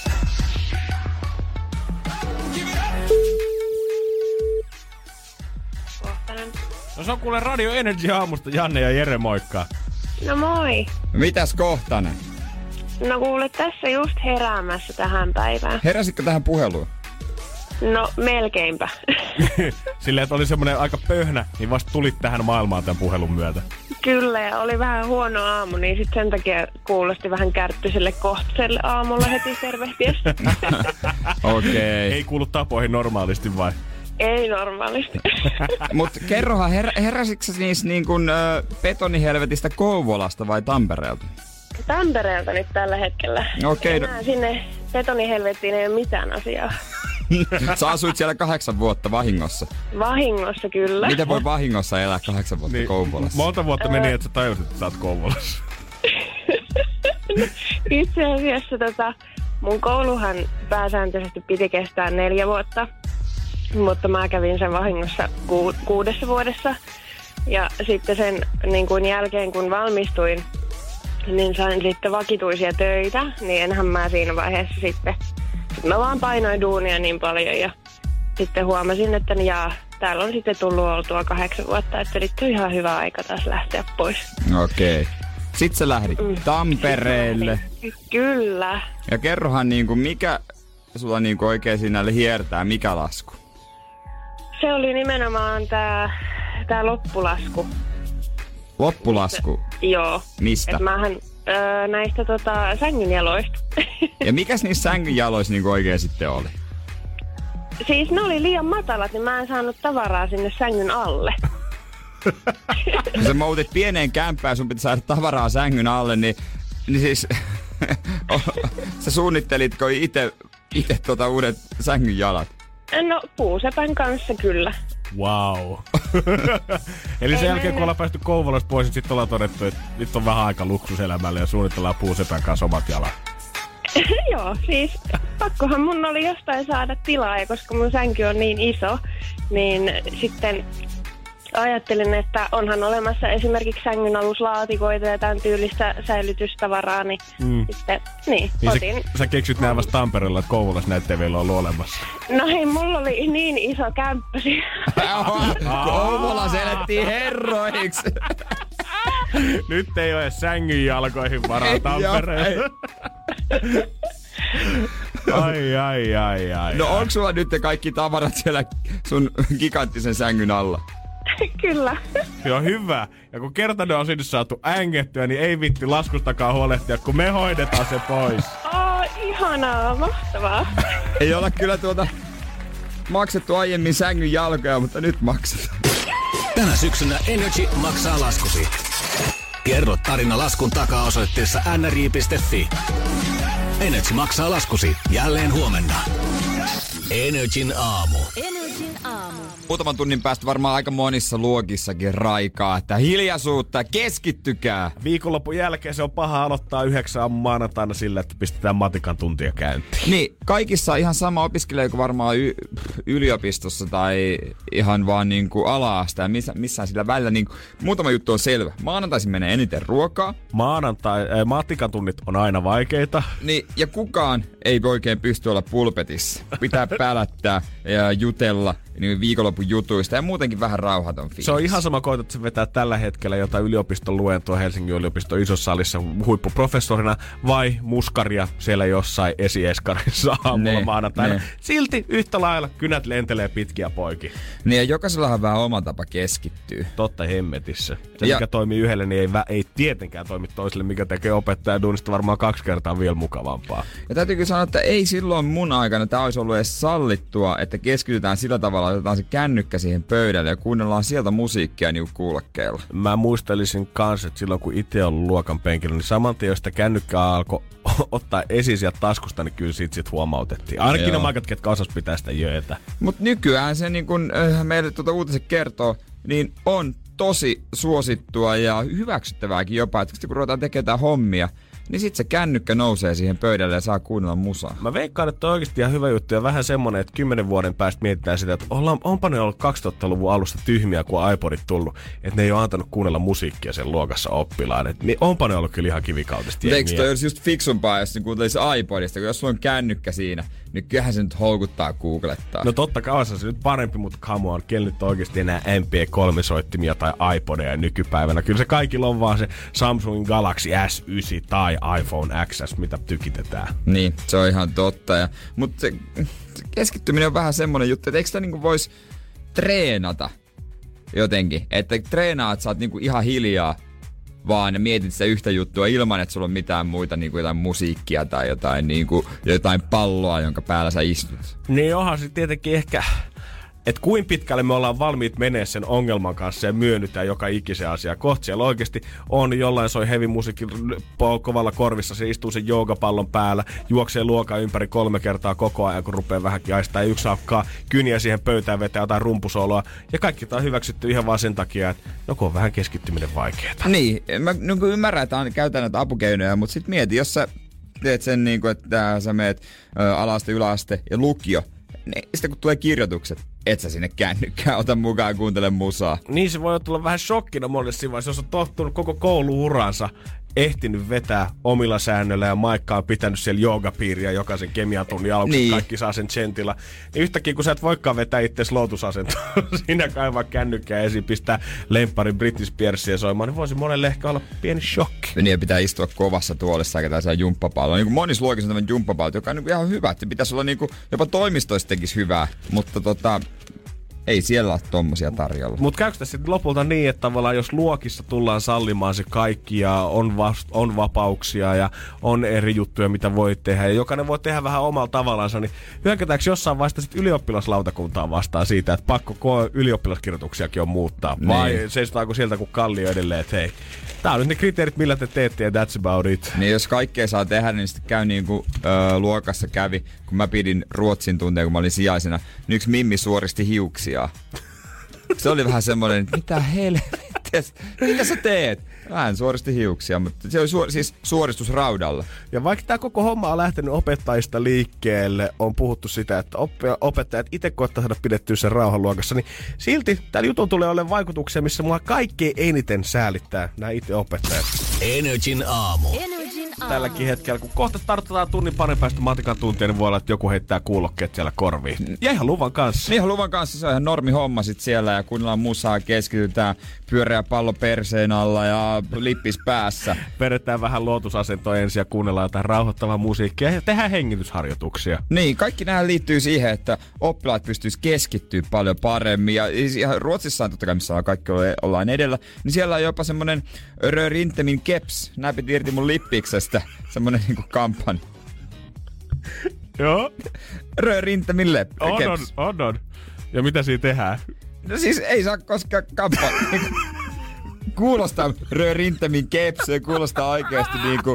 Kohtanen. No se on kuule Radio Energy aamusta Janne ja Jere, moikka. No moi. Mitäs Kohtanen? No kuule, tässä just heräämässä tähän päivään. Heräsitkö tähän puheluun? No melkeinpä. Silleen, että oli semmonen aika pöhnä, niin vasta tulit tähän maailmaan tämän puhelun myötä. Kyllä, ja oli vähän huono aamu, niin sit sen takia kuulosti vähän kärttyselle kohtaselle aamulla heti tervehtiessä. Okei. Okay. Ei kuulu tapoihin normaalisti vai? Ei normaalisti. Mut kerrohan, her- heräsitkö sä niissä niin kun, ö, betonihelvetistä Kouvolasta vai Tampereelta? Tampereelta nyt tällä hetkellä. Okei. Okay, Enää no. Sinne betonihelvettiin ei ole mitään asiaa. Sä asuit siellä kahdeksan vuotta vahingossa. Vahingossa kyllä. Miten voi vahingossa elää kahdeksan vuotta niin, Kouvolassa? Monta vuotta meni, että sä tajusit, että sä oot Kouvolassa. Itse asiassa tota, mun kouluhan pääsääntöisesti piti kestää neljä vuotta, mutta mä kävin sen vahingossa ku, kuudessa vuodessa. Ja sitten sen niin kuin jälkeen, kun valmistuin, niin sain sitten vakituisia töitä, niin enhän mä siinä vaiheessa sitten... Mä vaan painoin duunia niin paljon ja sitten huomasin, että jaa, täällä on sitten tullut oltua kahdeksan vuotta, että nyt on ihan hyvä aika taas lähteä pois. Okei. Okay. Sitten sä lähdit mm. Tampereelle. Kyllä. Ja kerrohan niinku, mikä sulla niinku oikein siinä hiertää, mikä lasku? Se oli nimenomaan tää, tää loppulasku. Loppulasku? Se, joo. Mistä? Et mähän öö, näistä tota, sängynjaloista. Ja mikäs niissä sängynjaloissa niinku oikein sitten oli? Siis ne oli liian matalat, niin mä en saanut tavaraa sinne sängyn alle. Kun sä muutit pieneen kämppään, sun piti saada tavaraa sängyn alle, niin, niin siis... sä suunnittelitko ite, ite tota uudet sängyn jalat? No puusepän kanssa kyllä. Wow. Eli sen jälkeen, kun ollaan päästy Kouvolasta pois, niin sitten ollaan todettu, että nyt on vähän aika luksuselämälle ja suunnitellaan puusepän kanssa omat jalat. Joo, siis pakkohan mun oli jostain saada tilaa, ja koska mun sänky on niin iso, niin sitten ajattelin, että onhan olemassa esimerkiksi sängyn aluslaatikoita ja tämän tyylistä säilytystavaraa, niin mm. sitten, niin, niin otin. Sä, sä keksyt nää vasta Tampereella, että Kouvolassa näitä ei vielä ollut olemassa. No hei, mulla oli niin iso kämppä siellä. Kouvolassa elettiin herroiksi. Nyt ei ole sängyn jalkoihin varaa Tampereella. Ai, ai, ai, ai. No onko sulla nyt kaikki tavarat siellä sun giganttisen sängyn alla? Kyllä. Joo, hyvä. Ja kun kerta ne on sinne saatu ängettyä, niin ei vitti laskustakaan huolehtia, kun me hoidetaan se pois. Oh, ihanaa, mahtavaa. Ei olla kyllä tuota maksettu aiemmin sängyn jalkoja, mutta nyt maksetaan. Tänä syksynä Energy maksaa laskusi. Kerro tarina laskun takaa osoitteessa n r j piste f i. Energy maksaa laskusi jälleen huomenna. Energin aamu. Energin aamu. Muutaman tunnin päästä varmaan aika monissa luokissakin raikaa, että hiljaisuutta, keskittykää. Viikonlopun jälkeen se on paha aloittaa yhdeksän aamun maanantaina sillä, että pistetään matikan tuntia käyntiin. Niin, kaikissa ihan sama opiskelee kuin varmaan y- yliopistossa tai ihan vaan niin kuin ala-aste ja missä, missään sillä välillä. Niin muutama juttu on selvä. Maanantaisin menee eniten ruokaa. Maanantai, äh, matikan tunnit on aina vaikeita. Niin, ja kukaan ei oikein pysty olla pulpetissa. Pitää pälättää ja jutella niin viikonlopun jutuista ja muutenkin vähän rauhaton fiilis. Se on ihan sama, koetat se vetää tällä hetkellä jotain yliopiston luentoa Helsingin yliopiston isossa salissa huippuprofessorina vai muskaria siellä jossain esieskarissa aamulla Ne, maanantaina. ne. Silti yhtä lailla kynät lentelee pitkiä poikin. Niin ja jokaisellahan on vähän oma tapa keskittyä. Totta hemmetissä. Se, Ja- mikä toimii yhdelle, niin ei, vä- ei tietenkään toimi toiselle, mikä tekee opettajan duunista varmaan kaksi kertaa vielä mukavampaa. Ja täytyykin sanoa, että ei silloin mun aikana tämä olisi ollut edes sallittua, että keskitytään sillä tavalla, että otetaan se kännykkä siihen pöydälle ja kuunnellaan sieltä musiikkia niinku kuulokkeilla. Mä muistelisin kanssa, että silloin kun itse ollut luokan penkillä, niin saman tien, jos sitä kännykkää alkoi ottaa esiin sieltä taskusta, niin kyllä siitä sit huomautettiin. Ainakin Joo. ne maikat, ketkä osas pitää sitä jöötä. Mut nykyään se niin kun äh, meille tuota uutiset kertoo, niin on tosi suosittua ja hyväksyttävääkin jopa, että kun ruvetaan tekemään jotain hommia, niin sit se kännykkä nousee siihen pöydälle ja saa kuunnella musaa. Mä veikkaan, että on oikeasti ihan hyvä juttu ja vähän semmonen, että kymmenen vuoden päästä mietitään sitä, että ollaan, onpa ne ollut kaksituhattaluvun alusta tyhmiä, kun on iPodit tullut, että ne ei ole antanut kuunnella musiikkia sen luokassa oppilaan. Et, niin onpa ne ollut kyllä ihan kivikautista Mutta eikö toi jengiä. olisi just fiksumpaa, jos niin kuuntelisi iPodista, kun jos sulla on kännykkä siinä, niin kyllähän se nyt houkuttaa googlettaa. No totta kai on se nyt parempi, mutta come on, kenellä nyt oikeasti enää M P kolme -soittimia tai iPodeja nykypäivänä. Kyllä se kaikilla on vaan se Samsung Galaxy S yhdeksän tai iPhone X S, mitä tykitetään. Niin, se on ihan totta. Ja, mutta se, se keskittyminen on vähän semmonen juttu, että eikö sitä niinku voisi treenata jotenkin? Että treenaat, sä oot niinku ihan hiljaa vaan ja mietit sitä yhtä juttua ilman, että sulla on mitään muita niinku jotain musiikkia tai jotain, niinku, jotain palloa, jonka päällä sä istut. Niin onhan se tietenkin ehkä, että kuin pitkälle me ollaan valmiit menee sen ongelman kanssa ja myönnytään joka ikisen asia. Kohta siellä oikeasti on jollain soi heavy musiikki kovalla korvissa, se istuu sen joogapallon päällä, juoksee luokan ympäri kolme kertaa koko ajan, kun rupeaa vähänkin aistaa, ja yksi saakkaa kyniä siihen pöytään, vetää jotain rumpusoloa, ja kaikki tämä on hyväksytty ihan vaan sen takia, että no kun on vähän keskittyminen vaikeeta. Niin, mä niin ymmärrän, että on, käytän näitä apukeinoja, mutta sit mieti, jos sä teet sen niin kuin, että sä meet ä, alaste, yläaste ja lukio, niin sitten kun tulee kirjoitukset, et sä sinne kännykkään ota mukaan kuuntele musaa. Niin se voi tulla vähän shokkina monelle siinä vaiheessa, jos on tottunut koko kouluuransa, ehtinyt vetää omilla säännöillä ja Maikka on pitänyt siellä joogapiiriä jokaisen kemiatunnin aluksi, Niin. kaikki saa sen chentillä. Niin yhtäkkiä kun sä et voikaan vetää itseäsi lootusasentoon, siinä kaivaa kännykkää esiin, pistää lempparin Britney Spearsia soimaan, niin voisi monelle ehkä olla pieni shokki. Niin pitää istua kovassa tuolissa eikä tässä jumppapallo. Niin kuin monissa luokissa on tämmöinen jumppapallo, joka on niin kuin ihan hyvä. Että pitäisi olla niin kuin, jopa toimistoista tekisi hyvää, mutta tota, ei siellä ole tommosia tarjolla. Mutta käykö tässä sitten lopulta niin, että tavallaan jos luokissa tullaan sallimaan se kaikki ja on, vast, on vapauksia ja on eri juttuja, mitä voi tehdä ja jokainen voi tehdä vähän omalla tavallaansa, niin hyökätäänkö jossain vaiheessa sitten ylioppilaslautakuntaa vastaan siitä, että pakko ko- ylioppilaskirjoituksiakin on muuttaa? Niin. Vai seisotaanko sieltä kuin kallio edelleen, että hei, tää on nyt ne kriteerit, millä te teette ja that's about it. Niin jos kaikkea saa tehdä, niin sitten käy niin kuin öö, luokassa kävi, kun mä pidin ruotsin tunteja, kun mä olin sijaisena, niin yksi mimmi suoristi hiuksia. Se oli vähän semmoinen, että mitä helvettiä, mitä sä teet? Vähän suoristi hiuksia, mutta se oli suor- siis suoristusraudalla. Ja vaikka tämä koko homma on lähtenyt opettajista liikkeelle, on puhuttu sitä, että op- opettajat itse koittaa saada pidettyä sen rauhan luokassa, niin silti tällä jutun tulee olemaan vaikutuksia, missä mua kaikkein eniten säälittää nämä itse opettajat. Energin aamu. Energin aamu. Tälläkin hetkellä, kun kohta startataan tunnin parin päästä matikan tuntia, niin voi olla, että joku heittää kuulokkeet siellä korviin. Ja ihan luvan kanssa. Niin ihan luvan kanssa se on ihan normi homma sit siellä ja kuunnellaan musaa, keskitytään pyöreä pallo perseen alla ja lippis päässä. Vedetään vähän luotusasentoa ensin ja kuunnellaan jotain rauhoittavaa musiikkia ja tehdään hengitysharjoituksia. Niin, kaikki nämä liittyy siihen, että oppilaat pystyis keskittyä paljon paremmin. Ja ihan Ruotsissa on totta kai, missä kaikki ollaan edellä, niin siellä on jopa semmonen Rörintemin keps. Näpit irti mun lippiksestä. Semmonen niinku kampan. Joo, Rörintemin lep- on, on, keps. on, on. Ja mitä siinä tehdään? No siis ei saa koskaan kampan. Kuulostaa Rörintemin keps, se kuulostaa oikeesti niinku...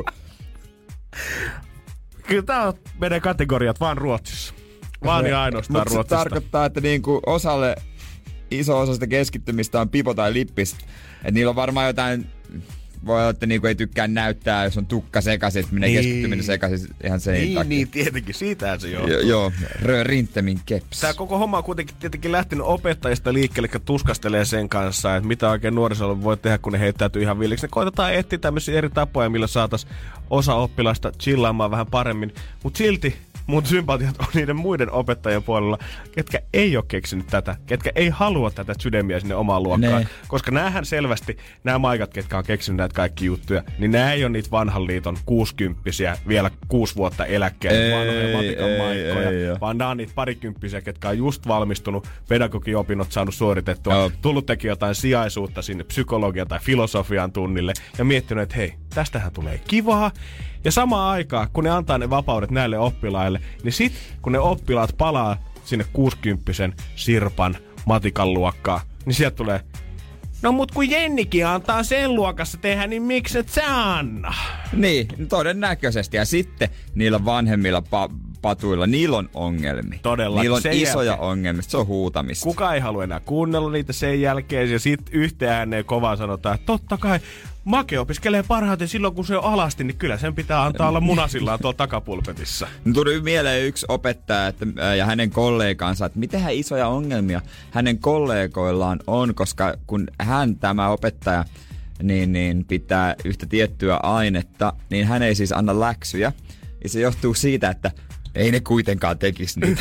Kyllä tää on meidän kategoriat vaan Ruotsissa. Vaan ja ainoastaan Mut se Ruotsista. tarkoittaa, että niinku osalle iso osa sitä keskittymistä on pipo tai lippis. Et niillä on varmaan jotain voi olla, että niinku ei tykkää näyttää, jos on tukka sekaisin, että menee niin. keskittyminen sekaisin ihan sen niin, takia. niin, tietenkin. Siitähän se johtuu. Jo, joo, rö, rintemin keps. Tää koko homma on kuitenkin tietenkin lähtenyt opettajista liikkeelle, jotka tuskastelee sen kanssa, että mitä oikein nuorisolla voi tehdä, kun ne heittäytyy ihan villiksi. Ne koitetaan etsiä tämmöisiä eri tapoja, millä saataisiin osa oppilaista chillaamaan vähän paremmin. Mutta silti mun sympatiat on niiden muiden opettajien puolella, ketkä ei ole keksinyt tätä, ketkä ei halua tätä sydämiä sinne omaan luokkaan. Ne. Koska näähän selvästi, nämä maikat, ketkä on keksinyt näitä kaikki juttuja, niin nämä ei ole niitä vanhan liiton kuusikymppisiä, vielä kuusi vuotta eläkkeellä, vanhoja matikan ei, maikkoja, ei, ei, vaan nämä on niitä parikymppisiä, ketkä on just valmistunut, pedagogiopinnot saanut suoritettua, Joo. tullut tekemään jotain sijaisuutta sinne psykologian tai filosofian tunnille ja miettinyt, että hei, tästähän tulee kivaa. Ja samaan aikaan, kun ne antaa ne vapaudet näille oppilaille, niin sit kun ne oppilaat palaa sinne kuusikymppisen Sirpan matikan luokkaan, niin sieltä tulee, no mut kun Jennikin antaa sen luokassa tehdä, niin miksi et sä anna? Niin, todennäköisesti. Ja sitten niillä vanhemmilla pa- patuilla, niillä on ongelmia. Todella. Niillä on sen isoja jälkeen. ongelmia, se on huutamista. Kuka ei halua enää kuunnella niitä sen jälkeen, ja sit yhteen ääneen kovaa sanotaan, että totta kai Make opiskelee parhaiten silloin, kun se on alasti, niin kyllä sen pitää antaa olla munasillaan tuolla takapulpetissa. Tuli mieleen yksi opettaja että, ja hänen kollegansa, että mitenhän isoja ongelmia hänen kollegoillaan on, koska kun hän, tämä opettaja, niin, niin pitää yhtä tiettyä ainetta, niin hän ei siis anna läksyjä. Ja se johtuu siitä, että ei ne kuitenkaan tekisi niitä.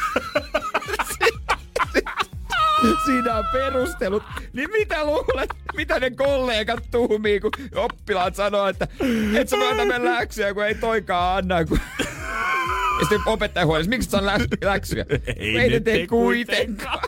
Siinä on perustelut. Niin mitä luulet, mitä ne kollegat tuumii, kun oppilaat sanoo, että et sä voi antaa läksyjä, kun ei toikaan anna. Kun... Ja sitten opettaja huolisi, miksi sä on läksyjä? Ei, ei ne tee kuitenkaan.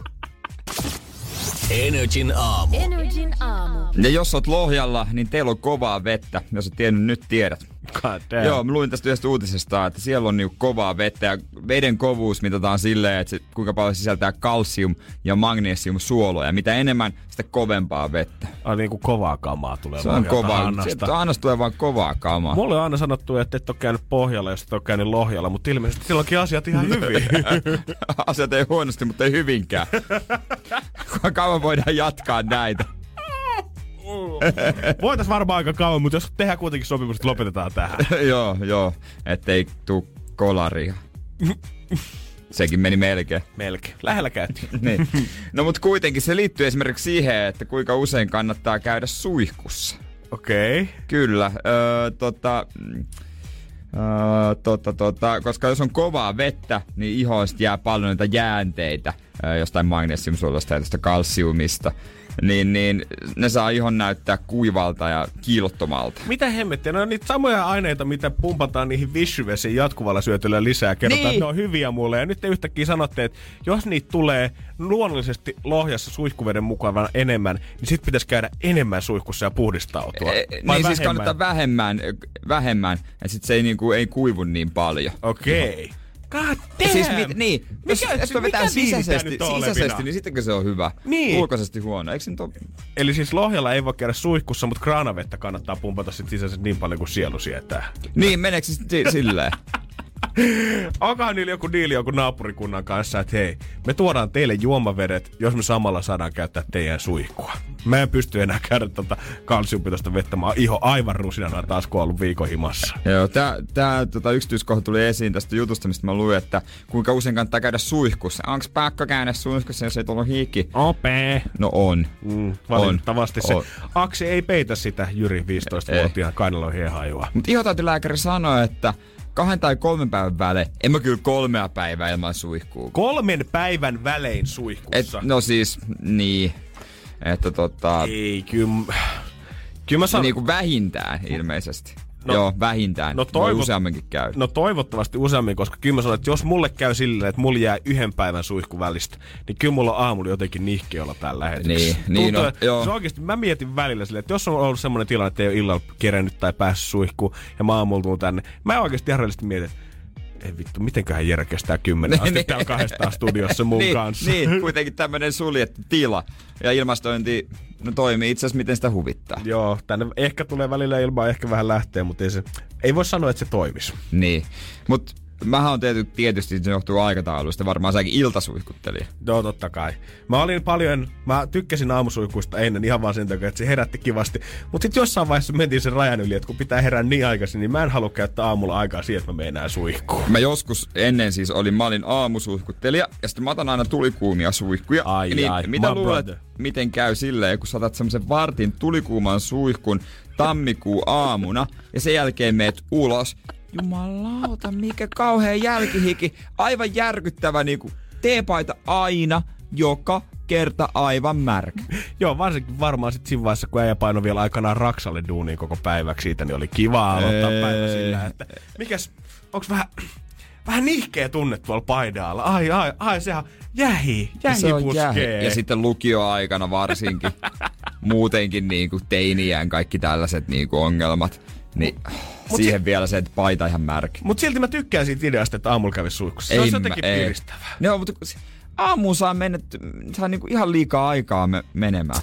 Energin aamu. Energin aamu. Ja jos oot Lohjalla, niin teillä on kovaa vettä. Jos et tiennyt, nyt tiedät. God damn. Joo, mä luin tästä yhdestä uutisesta, että siellä on niinku kovaa vettä ja veden kovuus mitataan silleen, että se, kuinka paljon sisältää kalsium- ja magnesiumsuoloja. Mitä enemmän, sitä kovempaa vettä. Ai niinku kovaa kamaa tulee. Se on kovaa. Annasta tulee vaan kovaa kamaa. Mulle on aina sanottu, että et ole käynyt Pohjalla, jos et ole käynyt Lohjalla, mutta ilmeisesti silloinkin asiat ihan hyvin. Asiat ei huonosti, mutta ei hyvinkään. Kuinka kauan voidaan jatkaa näitä? Voitais varmaan aika kauan, mutta jos tehdään kuitenkin sopimus, että lopetetaan tähän. joo, joo. Ettei tuu kolaria. Sekin meni melkein. Melkein. Lähellä käytiin. niin. No mut kuitenkin se liittyy esimerkiksi siihen, että kuinka usein kannattaa käydä suihkussa. Okei. Okay. Kyllä. Öö, tota... Öö, tota, tota, koska jos on kovaa vettä, niin ihoista jää paljon niitä jäänteitä öö, jostain magnesiumsuolosta ja tästä kalsiumista. Niin, niin ne saa ihon näyttää kuivalta ja kiilottomalta. Mitä hemmettiä? Ne on niitä samoja aineita, mitä pumpataan niihin vissyvesiin jatkuvalla syötöllä lisää. Kerrotaan, niin. Että ne on hyviä mulle. Ja nyt te yhtäkkiä sanotte, että jos niitä tulee luonnollisesti Lohjassa suihkuveden mukaan enemmän, niin sit pitäisi käydä enemmän suihkussa ja puhdistautua. E, niin vähemmän? Siis kannattaa vähemmän, vähemmän ja sit se ei, niinku, ei kuivu niin paljon. Okei. Okay. God damn. Siis mit, niin, jos, mikä, jos me vetään sisäisesti, sisäisesti, niin sittenkö se on hyvä. Niin. Ulkoisesti huono, eikö se nyt ole? Eli siis Lohjalla ei voi käydä suihkussa, mutta kraanavettä kannattaa pumpata sit sisäisesti niin paljon kuin sielu sietää. Niin, meneekö se sitten silleen? Onkohan niillä joku diili joku naapurikunnan kanssa, että hei, me tuodaan teille juomavedet, jos me samalla saadaan käyttää teidän suihkua. Mä en pysty enää käydä tuota kalsiumpitoista vettä. Mä oon iho aivan rusinana taas, kun ollut viikon himassa. Joo, tää, tää tota, yksityiskohta tuli esiin tästä jutusta, mistä mä luin, että kuinka usein kannattaa käydä suihkussa. Onks pakko käydä suihkussa, jos ei tullut hiki? Opee. No on. Mm, valitettavasti on. se on. Aksi ei peitä sitä Jyri viisitoistavuotiaan kainaloihin hajua. Mutta ihotautilääkäri sanoi, että kahden tai kolmen päivän välein. En mä kyllä kolmea päivää ilman suihkua. Kolmen päivän välein suihkussa? Et, no siis, niin. Että tota... Ei, kyllä... Kyllä mä sanon... Niin kuin vähintään ilmeisesti. No, Joo, vähintään. No toivot... useamminkin käy. No toivottavasti useammin, koska kyllä mä sanon, että jos mulle käy silleen, että mulla jää yhden päivän suihku välistä, niin kyllä mulla on aamulla jotenkin nihkeä olla täällä lähetyksessä. Niin, niin no, joo. Se oikeasti, mä mietin välillä silleen, että jos on ollut semmoinen tilanne, että ei ole illalla kerennyt tai päässyt suihkuun ja mä aamulla tuun tänne, mä oikeasti ihan reellisesti mietin, ei vittu, mitenköhän Jere kestää kymmenen asti täällä kahdestaan studiossa mun niin, kanssa. Niin, kuitenkin tämmönen suljettu tila. Ja ilmastointi no, toimii itse asiassa miten sitä huvittaa. Joo, tänne ehkä tulee välillä ilmaa, ehkä vähän lähtee, mutta ei, se, ei voi sanoa, että se toimisi. Niin, mutta mähän on tietysti, tietysti se johtuu aikatauluista, varmaan säkin iltasuihkuttelija. No totta kai. Mä olin paljon, mä tykkäsin aamusuihkuista ennen ihan vaan sen takia, että se herätti kivasti. Mutta sitten jossain vaiheessa mentiin sen rajan yli, että kun pitää herää niin aikaisin, niin mä en halua käyttää aamulla aikaa siihen, että mä menen enää suihkuun. Mä joskus ennen siis olin, mä olin aamusuihkuttelija ja sitten mä otan aina tulikuumia suihkuja. Ai niin, ai, mitä my luulet, brother. miten käy silleen, kun sä otat semmosen vartin tulikuuman suihkun tammikuun aamuna ja sen jälkeen meet ulos. Jumalauta, mikä kauhea jälkihiki. Aivan järkyttävä niinku teepaita aina, joka kerta aivan märkä. Joo, varsinkin varmaan sit siinä vaiheessa, kun äijä painoi vielä aikanaan Raksalle duuniin koko päiväksi siitä, niin oli kiva aloittaa Ei. päivä sillä, että mikäs, onks vähän, vähän nihkeä tunne tuolla paidaalla? Ai, ai, ai, sehän jähi, jähi Se on puskee. jähi. Ja sitten lukioaikana varsinkin. Muutenkin niinku teiniään kaikki tällaiset niinku ongelmat. Niin Mut siihen si- vielä se, että paita ihan märkä. Mut silti mä tykkään siitä ideasta, että aamulla kävis suihkussa. Se Ei on mä- jotenkin ei. piristävää. No, mutta kun se- aamuun saa mennä, saa niinku ihan liikaa aikaa me- menemään.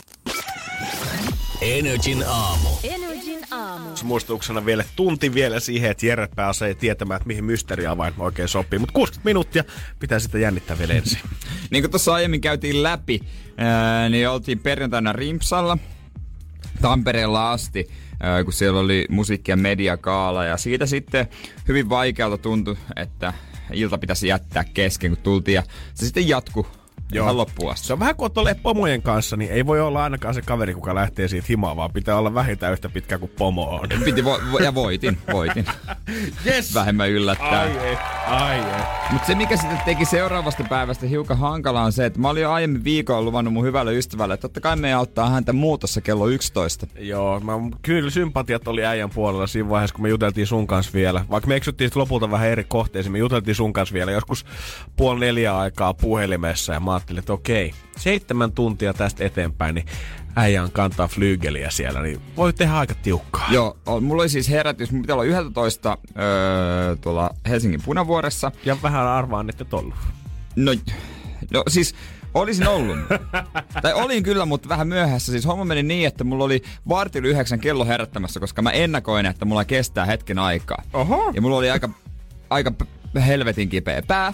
Energin aamu. Energin aamu. Muistutuksena vielä tunti vielä siihen, että Jere pääsee tietämään, että mihin mysteeriavain oikein sopii. Mutta kuusikymmentä minuuttia pitää sitä jännittää vielä ensin. Niin kuin tuossa aiemmin käytiin läpi, ää, niin oltiin perjantaina Rimpsalla Tampereella asti, ää, kun siellä oli musiikki- ja mediakaala. Ja siitä sitten hyvin vaikealta tuntui, että ilta pitäisi jättää kesken, kun tultiin. Ja se sitten jatkui ihan loppuun asti. Se on vähän kuin olet pomojen kanssa, niin ei voi olla ainakaan se kaveri, kuka lähtee siitä himaan, vaan pitää olla vähintään yhtä pitkä kuin pomo on. Piti vo- vo- ja voitin, voitin. Yes! Vähemmän yllättää. Ai ei, ai ei. Mutta se, mikä sitten teki seuraavasta päivästä hiukan hankalaa, on se, että mä olin jo aiemmin viikolla luvannut mun hyvälle ystävälle, että totta kai me auttaa häntä muutossa kello yksitoista. Joo, mä, kyllä sympatiat oli äijän puolella siinä vaiheessa, kun me juteltiin sun kanssa vielä. Vaikka me eksyttiin lopulta vähän eri kohteisiin, me juteltiin sun kanssa vielä joskus puoli neljä aikaa puhelimessa ja mä ajattelin, että okei, seitsemän tuntia tästä eteenpäin, niin äijän kantaa flyygeliä siellä, niin voi tehdä aika tiukkaa. Joo, o- mulla oli siis herätys, mun pitää olla yksitoista öö, tuolla Helsingin Punavuoressa. Ja vähän arvaan, että et ollut. No, no siis olisin ollut. Tai olin kyllä, mutta vähän myöhässä. Siis homma meni niin, että mulla oli vartilla yhdeksän kello herättämässä, koska mä ennakoin, että mulla kestää hetken aikaa. Oho. Ja mulla oli aika, aika p- helvetin kipeä pää.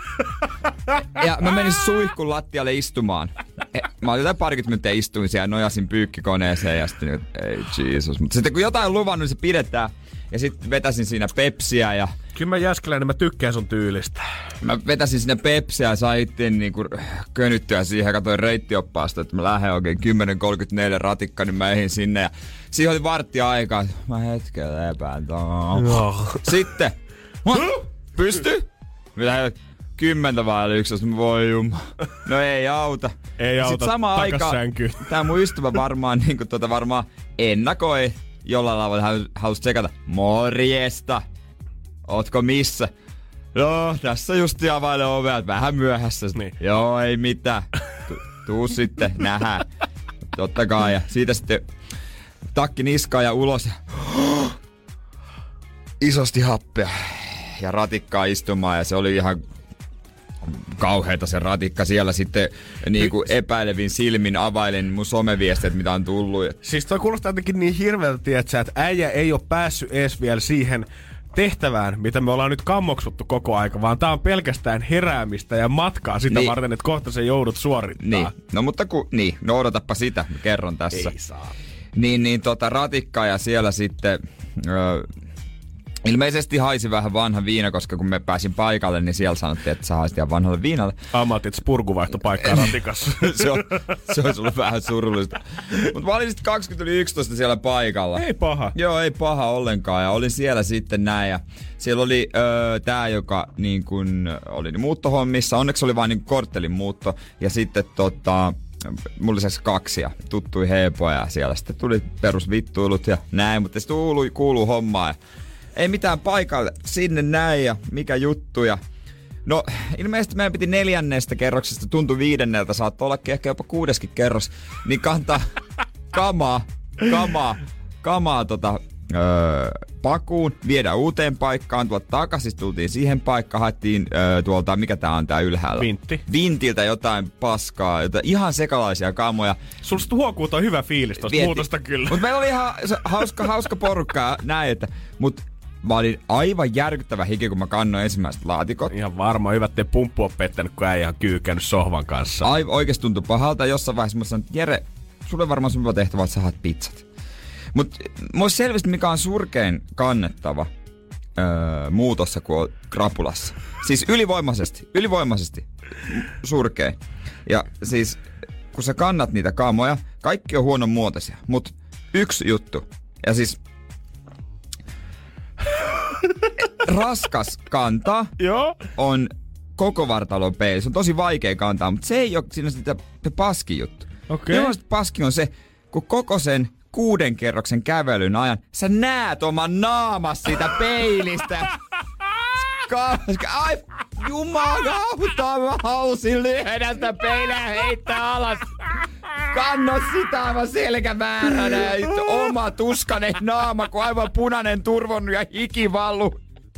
Ja mä menin suihkun lattialle istumaan. Mä olin jotain parikymmentä minuuttia istuin siellä, nojasin pyykkikoneeseen ja sitten ei Jeesus. Mutta sitten kun jotain on luvannut, niin se pidetään. Ja sitten vetäsin siinä pepsiä ja Kyllä mä Jääskeläinen, mä tykkään sun tyylistä. mä vetäsin siinä pepsiä ja sain itteen niinku könyttyä siihen ja katsoin reittioppaasta, että mä lähden oikein kymmenen kolmekymmentäneljä ratikka, niin mä ehdin sinne ja siihen oli varttia aikaa. Mä hetken lepään tuon. Joo. Sitten, mä, pysty? Mitä kymmentä vai yksi, voi jumma. No ei auta. Ei Ja auta, sit samaan takas aikaan sänkyyn. tää mun ystävä varmaan niinku tota varmaan ennakoi jollain tavalla halus, halus tsekata. Morjesta. Ootko missä? Joo, tässä just availen ovea, vähän myöhässä. Niin. Joo, ei mitään. Tu- tuu sitten, nähdään. Totta kai. Ja siitä sitten takki niskaan ja ulos. Isosti happea. Ja ratikkaa istumaan ja se oli ihan kauheeta se ratikka siellä sitten niinku epäilevin silmin availen mun someviestit, mitä on tullut. Siis toi kuulostaa jotenkin niin hirveältä, tietsä, että äijä ei ole päässyt edes vielä siihen tehtävään, mitä me ollaan nyt kammoksuttu koko aika, vaan tää on pelkästään heräämistä ja matkaa sitä Niin. varten, että kohta se joudut suorittaa. Niin, no mutta ku, niin, noudatapa sitä, mä kerron tässä. Ei saa. Niin, niin tota ratikkaa ja siellä sitten öö, ilmeisesti haisi vähän vanha viina, koska kun me pääsin paikalle, niin siellä sanottiin, että sä haisit ihan vanhalle viinalle. Ammatit spurkuvaihtopaikkaa ratikassa. se, on, se olisi ollut vähän surullista. Mutta mä olin sitten kaksikymmentä yli yksitoista siellä paikalla. Ei paha. Joo, ei paha ollenkaan. Ja olin siellä sitten näin. Ja siellä oli öö, tää, joka niin kun, oli muuttohommissa. Onneksi oli vain niin korttelin muutto. Ja sitten tota, mulla lisäksi kaksi ja tuttui heepoja. Ja siellä sitten tuli perusvittuilut ja näin. Mutta se kuului, kuuluu hommaa. Ja ei mitään paikalle. Sinne näin ja mikä juttu. Ja no, ilmeisesti meidän piti neljännestä kerroksesta, tuntui viidenneltä, saattoi olla ehkä jopa kuudeskin kerros, niin kantaa kamaa, kamaa, kamaa tota, öö, pakuun, viedä uuteen paikkaan, tuolta takaisin tultiin siihen paikkaan, haettiin öö, tuolta, mikä tää on tää ylhäällä? Vintti. Vintiltä jotain paskaa, jotain, ihan sekalaisia kamoja. Susta huokuu toi hyvä fiilis tosta Vietti. muutosta kyllä. Mut meillä oli ihan se hauska, hauska porukka ja näin, että, mut mä olin aivan järkyttävä hiki, kun mä kannoin ensimmäiset laatikot. Ihan varmaan hyvä, ettei pumppu on pettänyt, kun äijä on kyykännyt sohvan kanssa. Ai, oikeesti tuntui pahalta. Jossain vaiheessa mä sanoin, että Jere, sulle varmaan sun tehtävä, että sä haat pizzat. Mut mulla selvästi mikä on surkein kannettava öö, muutossa kuin krapulassa. Siis ylivoimaisesti, ylivoimaisesti surkein. Ja siis kun sä kannat niitä kaamoja, kaikki on huonon muotoisia, mut yksi juttu. Ja siis raskas kantaa on koko vartalon peili. Se on tosi vaikea kantaa, mutta se ei ole siinä sitä paski juttu. Okay. Millaista paski on se, kun koko sen kuuden kerroksen kävelyn ajan sä näet oman naamas siitä peilistä. Ai, jumalauta, mä halusin lyödä sitä peiliä heittää alas. Kanna sitä aivan selkämääränä ja oma tuskainen naama, kun aivan punainen turvonnut ja hiki vallu.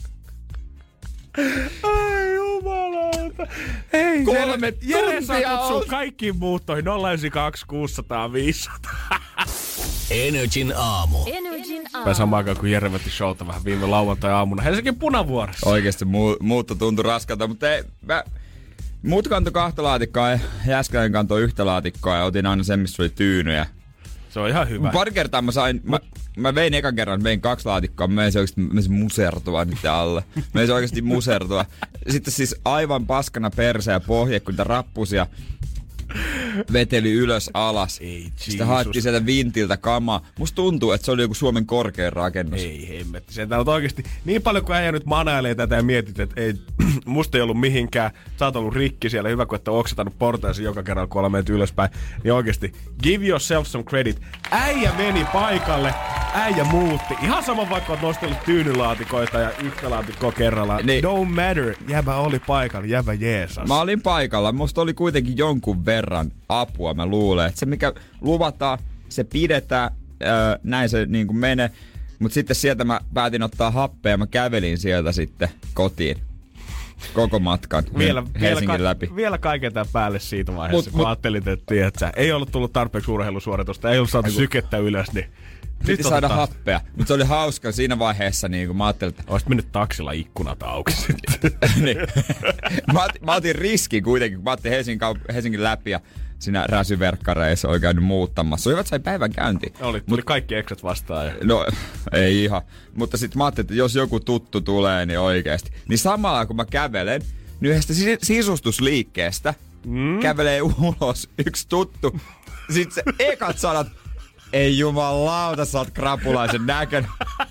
Ai jumalauta. Hei, kolme Jere saa tuntia kutsua on. kaikkiin muuttoihin nolla yhdeksän kaksi kuusisataa viisisataa. Energin aamu. Energin aamu. Mä samaan aikaan kun Jere vetti showta vähän viime lauantai-aamuna Helsingin Punavuoressa. Oikeesti mu- muutto tuntui raskalta, mutta ei, mä, muut kantoi kahta laatikkoa ja Jääskäinen kantoi yhtä laatikkoa ja otin aina sen, missä oli tyynyjä. Se on ihan hyvä. Pari kertaa mä sain, mä, mä vein ekan kerran, vein kaksi laatikkoa, mä menisin oikeesti mä menisin musertua niiden alle. Mä menisin oikeesti musertua. Sitten siis aivan paskana perse ja pohje, kun niitä rappusia veteli ylös alas. Ei, Sitten haettiin sieltä vintiltä kamaa. Musta tuntuu, että se oli joku Suomen korkein rakennus. Ei hemmetti. Sieltä on oikeesti niin paljon, kun äijä nyt manailee tätä ja mietit, että ei, musta ei ollut mihinkään. Sä oot ollut rikki siellä. Hyvä, kun et ole oksetanut portaisi joka kerralla, kun ollaan menty ylöspäin. Niin oikeesti, give yourself some credit. Äijä meni paikalle. Äijä muutti. Ihan sama vaikka oot nostellut tyynylaatikoita ja yhtä laatikkoa kerrallaan. Niin. Don't matter. Jäbä oli paikalla. Jäbä jeesas. Mä olin paikalla. Musta oli kuitenkin jonkun verran apua, mä luulen. Että se mikä luvataan, se pidetään, öö, näin se niin kuin menee. Mut sitten sieltä mä päätin ottaa happea ja mä kävelin sieltä sitten kotiin. Koko matkan vielä, Helsingin vielä, läpi. Ka- vielä kaiken tämän päälle siitä vaiheessa, Mut, kun mut, ajattelit, että tiedätkö, ei ollut tullut tarpeeksi urheilusuoritusta, ei ollut saatu Eiku. sykettä ylös, niin Piti nyt saada otetaan. happea. Mutta se oli hauska siinä vaiheessa, niin kun mä ajattelin, että Olisit mennyt taksilla ikkunat auki sitten. niin. mä, otin, mä otin riskin kuitenkin, kun mä otin Helsingin, kaup- Helsingin läpi ja siinä räsyverkkareissa oli käynyt muuttamassa. Hyvät sai päivän käyntiin. Oli, tuli kaikki eksat vastaan. Ja... No, ei ihan. Mutta sitten mä ajattelin, että jos joku tuttu tulee, niin oikeesti. Niin samalla kun mä kävelen, niin yhdestä sis- sisustusliikkeestä mm. kävelee ulos yksi tuttu. Sitten se ekat sanat, ei jumalauta, sä oot krapulaisen näköinen.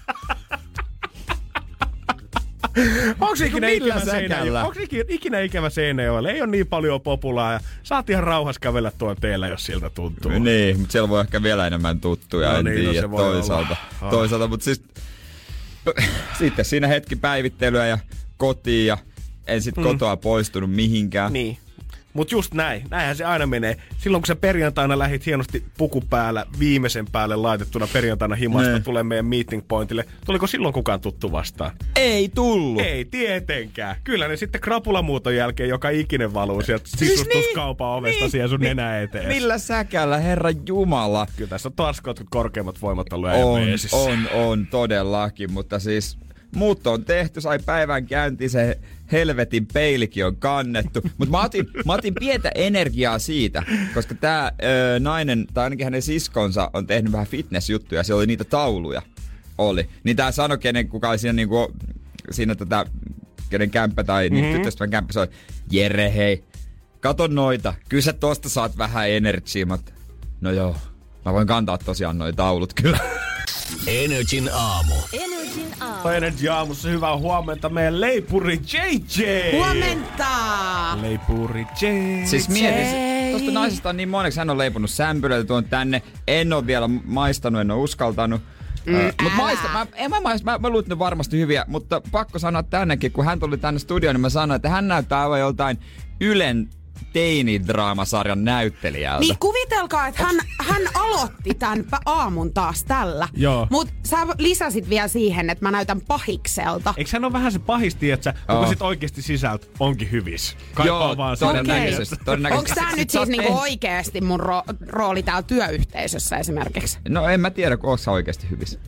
Onks ikinä Millä ikävä säkällä? Seinäjoella? Onks ikinä, ikinä ikävä Seinäjoella? Ei ole niin paljon populaa ja saat ihan rauhassa kävellä tuon teellä, jos siltä tuntuu. Niin, mutta siellä voi ehkä vielä enemmän tuttuja, No en niin, no tiedä se voi toisaalta. olla. Toisaalta, mutta siis sitten siinä hetki päivittelyä ja kotiin ja en sit mm. kotoa poistunut mihinkään. Niin. Mut just näin. Näinhän se aina menee. Silloin kun sä perjantaina lähit hienosti puku päällä, viimeisen päälle laitettuna perjantaina himasta Ne. tulee meidän meeting pointille. Tuliko silloin kukaan tuttu vastaan? Ei tullut. Ei tietenkään. Kyllä ne sitten krapulamuuton jälkeen joka ikinen valuu sieltä sisustuskaupan niin, ovesta niin, siihen sun niin, nenä eteen. Millä säkällä, herra jumala? Kyllä tässä on taas korkeimmat voimat ollut On, äijämeesissä. on, on todellakin, mutta siis muutto on tehty, sai päivän käyntiin, se helvetin peilikin on kannettu. Mutta mä otin, mä otin pientä energiaa siitä, koska tää ö, nainen, tai ainakin hänen siskonsa, on tehnyt vähän fitnessjuttuja, siellä oli niitä tauluja. Oli. Niin tää sanoi, kenen kuka oli siinä, niinku, siinä tätä, kenen kämppä tai mm-hmm. niin tyttöstävän kämppä, se oli, Jere hei, kato noita, kyllä sä tosta saat vähän energiaa, mutta no joo, mä voin kantaa tosiaan noi taulut kyllä. Energin aamu. Energin aamu. Energy aamussa hyvää huomenta meidän leipuri J J. Huomenta! Leipuri J J. Siis mietin, tosta naisesta on niin moneksi, hän on leiponut sämpylöitä tuon tänne. En ole vielä maistanut, en ole uskaltanut. Mm, uh, mutta maista, mä, en mä, maista, mä, mä luulen, että ne varmasti hyviä, mutta pakko sanoa tännekin, kun hän tuli tänne studioon, niin mä sanoin, että hän näyttää aivan joltain Ylen teinidraamasarjan näyttelijältä. Niin kuvitelkaa, että hän, hän aloitti tämän aamun taas tällä. Joo. Mut sä lisäsit vielä siihen, että mä näytän pahikselta. Eikö hän ole vähän se pahisti, että sä, Oo. kun sit oikeesti sisältö onkin hyvis? Kaipaa Joo, vaan sitä todennäköisesti. todennäköisesti. Onko tää nyt Sä oot siis niinku tehnyt- oikeesti mun ro- rooli täällä työyhteisössä esimerkiksi? No en mä tiedä, kun oot sä oikeesti hyvissä.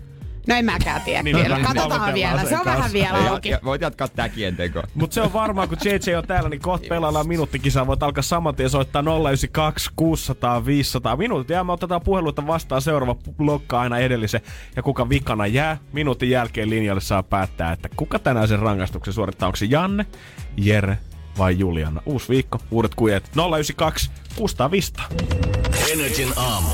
No en mäkään tiedä Niin, vielä. niin, Katsotaan niin, vielä. Se on kanssa. vähän vielä Ja, auki. ja voit jatkaa täkien tekoa. Mut se on varmaan, kun J J on täällä, niin kohta pelaillaan minuuttikisaa. Voit alkaa saman tien soittaa nolla yhdeksän kaksi kuusisataa viisisataa minuuttia. Ja me otetaan puheluita vastaan seuraava blokka aina edellisen. Ja kuka vikana jää, minuutin jälkeen linjalle saa päättää, että kuka tänään sen rangaistuksen suorittaa. Onko se Janne, Jere vai Juliana? Uusi viikko, uudet kujet. nolla yhdeksän kaksi kuusisataa viisisataa. Energin aamu.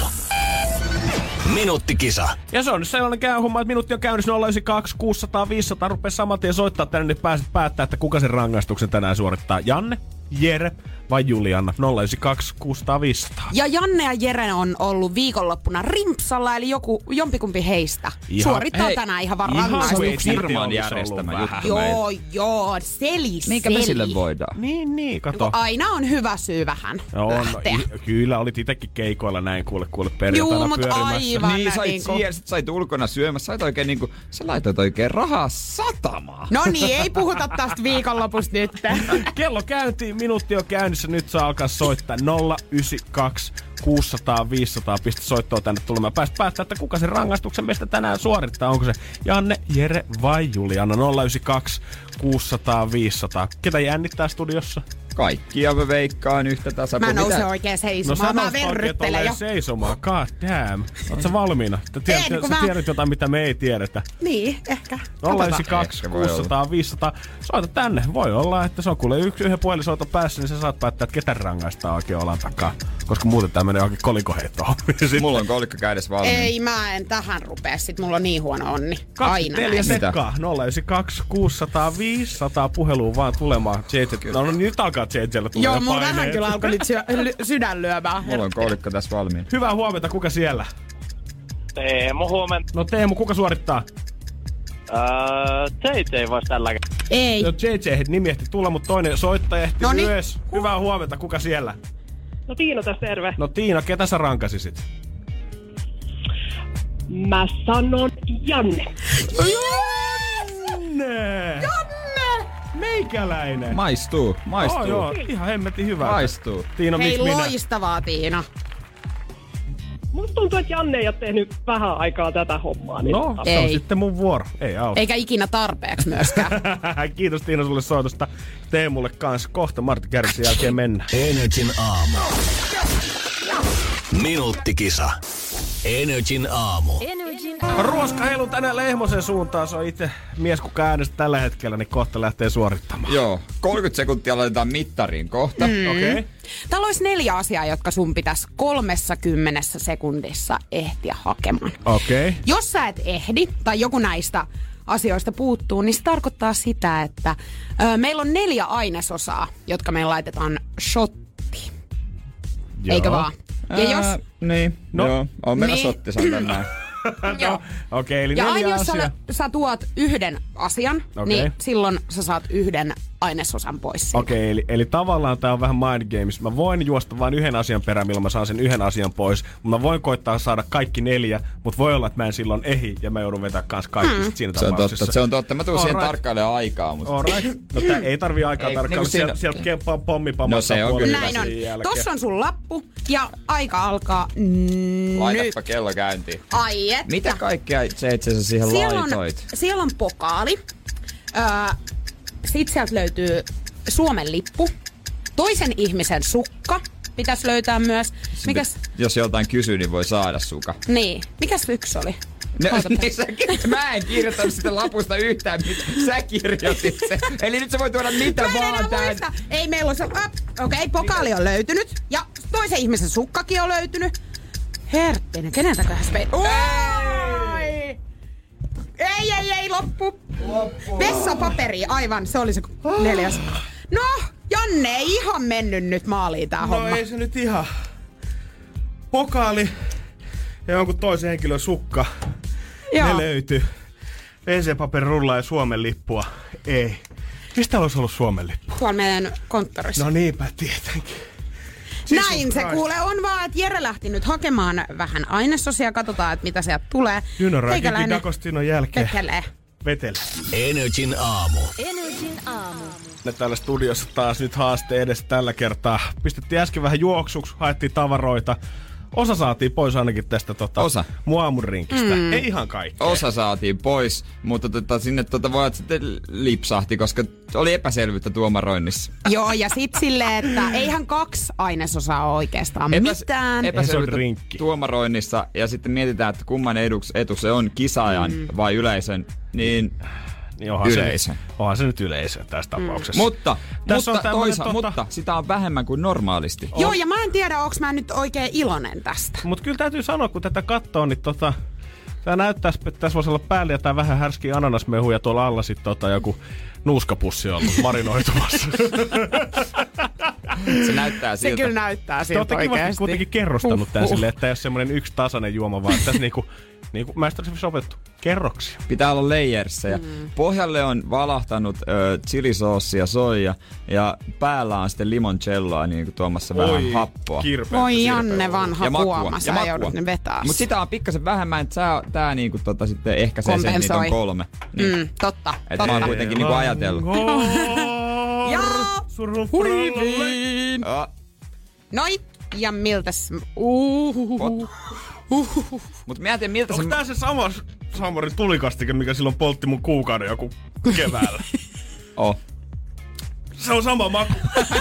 Minuuttikisa. Ja se on nyt sellainen käyhumma, että minuutti on käynnissä nolla yhdeksän kaksi kuusisataa viisisataa. Rupee saman tien soittaa tänne, niin pääset päättää, että kuka sen rangaistuksen tänään suorittaa. Janne, Jere vai Juliana? nolla yhdeksän kaksi kuusisataa viisisataa. Ja Janne ja Jere on ollut viikonloppuna rimpsalla, eli joku, jompikumpi heistä Ihan- suorittaa hei, tänään ihan vaan ihan rangaistuksen. kuin- Firman olisi järjestämä ollut juttu. Joo, joo, seli, Minkä seli. me sille voidaan? Niin, niin, kato. Aina on hyvä syy vähän No, on, lähteä. i- kyllä, olit itekin keikoilla näin, kuule, kuule perjantaina Juu, mut pyörimässä. aivan. Niin, sait niinku- siellä, sit sait ulkona syömässä, sait oikein niinku, sä laitoit oikein rahaa satamaan. No niin, ei puhuta tästä viikonlopusta nyt. Kello käyntiin, minuutti on käynnissä, nyt saa alkaa soittaa nolla yhdeksän kaksi kuusisataa viisisataa. Pistä soittoa tänne tulemaan. Pääst päättää, että kuka sen rangaistuksen meistä tänään suorittaa. Onko se Janne, Jere vai Juliana? nolla yhdeksän kaksi kuusisataa viisisataa. Ketä jännittää studiossa? Kaikkia mä veikkaan yhtä tasapuolta. Mä nousen Mitä- oikein No seisomaan, sä mä nousit oikein verryttelen tolleen jo. seisomaan. God damn. Oot sä valmiina? Sä tiedät, En, kun sä mä- tiedät jotain, mitä me ei tiedetä. Niin, ehkä. nolla yhdeksän Katsotaan. kaksi Ehkä voi kuusisataa viisisataa. Soita tänne. Voi olla, että se on kuule yksi yhden puhelinsoiton päässä, niin sä saat päättää, että ketä rangaistaan oikein olan takaa. Koska muuten tää menee oikein kolikoheittoon. Mulla on kolikko kädessä valmiina. Ei, mä en tähän rupea sit, mulla on niin huono onni. Aina kaksikymmentäneljä näin. sekkaa. nolla yhdeksän kaksi kuusisataa viisisataa puheluun vaan tulemaan. J J, no, no nyt alkaa J J:llä tulla Joo, jo mulla paineet. vähän kyllä alkoi nyt syö, ly- sydän lyömään. Mulla on kolikko tässä valmiina. Hyvää huomenta, kuka siellä? Teemu, huomenta. No Teemu, kuka suorittaa? Öö, J J vois tällä kertaa. Ei. No J J nimi ehti tulla, mutta toinen soittaja ehti Noniin. myös. Hyvää huomenta, kuka siellä? No Tiina tässä terve. No Tiina, ketä sä rankasisit? Mä sanon Janne. Janne! Janne! Meikäläinen! Maistuu, maistuu. Oh, joo, ihan hemmetin hyvä. Maistuu. Tiina, Hei, miksi minä? loistavaa Tiina. Musta tuntuu, että Janne ei ole tehnyt vähän aikaa tätä hommaa. Niin No, se on Ei. sitten mun vuoro. Ei auta. Eikä ikinä tarpeeksi myöskään. Kiitos Tiina sulle soitosta. Teemulle kanssa. Kohta Martti Kärkisen jälkeen mennään. Energin aamu. Minuuttikisa. Energin aamu. Energin Ruoska heilu tänään Lehmosen suuntaan. Se on itse mies, kuka äänestä tällä hetkellä, niin kohta lähtee suorittamaan. Joo, kolmekymmentä sekuntia laitetaan mittariin kohta. Mm. Okei. Okay. Täällä olisi neljä asiaa, jotka sun pitäisi kolmessakymmenessä sekunnissa ehtiä hakemaan. Okei. Okay. Jos sä et ehdi, tai joku näistä asioista puuttuu, niin se tarkoittaa sitä, että ö, meillä on neljä ainesosaa, jotka me laitetaan shottiin. Eikö vaan? Ja jos... Ää, niin, No. no. Joo, on meillä Niin. sotti, sanotaan näin. Joo. Okei, okay, eli Ja neljä aina jos asiaa. sä, sä tuot yhden asian, Okei. niin silloin sä saat yhden ainesosan pois siitä. Okei, okay, eli, eli tavallaan tää on vähän mind games. Mä voin juosta vain yhden asian perään, milloin mä saan sen yhden asian pois. Mutta mä voin koittaa saada kaikki neljä, mutta voi olla, että mä en silloin ehi ja mä joudun vetämään kans kaikki mm. siinä Se on tapauksessa. totta, se on totta. Mä tuun siihen Alright. tarkkailemaan aikaa, mutta... Alright. No tää ei tarvii aikaa Ei, tarkkailla. niinku Sieltä, siinä- sieltä kemppaa pommipamassa No se on kyllä. Näin on. Tossa on sun lappu ja aika alkaa nyt. Laitapa kello käyntiin. Ai että. Mitä kaikkea se itse asiassa siihen Siellä on, laitoit? siellä on pokaali. Öö, sit sieltä löytyy Suomen lippu. Toisen ihmisen sukka pitäisi löytää myös. Mikäs, Jos joltain kysyy, niin voi saada suka. niin, mikäs yksi oli? No, Ootapa. niin sä, mä en kirjoittanut sitä lapusta yhtään, mitä sä kirjoitit se. Eli nyt sä voi tuoda mitä Mä en vaan enää tän. muista. Ei, meillä on se... Okei, okay, pokaali on löytynyt. Ja toisen ihmisen sukkakin on löytynyt. Herttinen, keneltäköhän se vei? Oi! Ei, ei, ei, loppu. Loppu. Vessapaperi, aivan, se oli se neljäs. No, Janne ei ihan mennyt nyt maaliin tää No homma. ei se nyt ihan. Pokaali ja jonkun toisen henkilön sukka. Joo. Ne löytyy. W C-paperirulla ja Suomen lippua. Ei. Mistä olisi ollut Suomen lippu? Tuolla meidän konttorissa. No niinpä tietenkin. Näin se kuule on vaan, että Jere lähti nyt hakemaan vähän ainesosia. Katsotaan, että mitä sieltä tulee. Dynorakikin Teikäläinen Dagostinon jälkeen. vetelee. Vetele. Energin aamu. Energin aamu. Ne täällä studiossa taas nyt haaste edessä tällä kertaa. Pistettiin äsken vähän juoksuksi, haettiin tavaroita. Osa saatiin pois ainakin tästä tota, Osa. mun aamurinkistä. Mm. Ei ihan kaikkea. Osa saatiin pois, mutta tota, sinne tota, voi sitten lipsahti, koska oli epäselvyyttä tuomaroinnissa. Joo, ja sit silleen, että eihän kaksi ainesosaa ole oikeastaan Epäs- mitään. Epäselvyyttä rinkki. tuomaroinnissa ja sitten mietitään, että kumman eduks, etu se on, kisaajan mm. vai yleisön, niin Niin onhan yleisö. Se, onhan se nyt yleisö tässä tapauksessa. Mutta, Tässä mutta, on toisa, tota- mutta sitä on vähemmän kuin normaalisti. Joo, ja mä en tiedä, onko mä nyt oikein iloinen tästä. Mut kyllä täytyy sanoa, kun tätä katsoo, niin tota... Tää näyttäis, että tässä voisi olla päällä jotain vähän härskiä ananasmehuja tuolla alla sit tota joku nuuskapussi on ollut marinoitumassa. Se näyttää Se siltä. kyllä näyttää Te siltä ootte kivasti oikeesti. kuitenkin kerrostanut tän Huh, huh. silleen, että ei ole semmonen yksi tasainen juoma, vaan tässä niinku, niinku mä sitä sopettu kerroksia. Pitää olla layersia. Mm. Pohjalle on valahtanut ö, chilisoosia, soija ja päällä on sitten limoncelloa niin kuin tuomassa vähän happoa. Kirpeä, Voi Janne vanha Ja makua, kuoma, ja sä makua. joudut ne vetää. Mutta sitä on pikkasen vähemmän, että sä, tää niinku tota sitten ehkä se, että niitä on kolme. Niin. Mm, totta, Että mä oon totta. kuitenkin niinku ajatellut. Ja Huiviin! Noi, ja miltäs... Uhuhuhu. Uhuhuhu. Mut mä en tiedä miltä se... Onko tää se sama Samorin tulikastike, mikä silloin poltti mun kuukauden joku keväällä? Oh. Se on sama maku.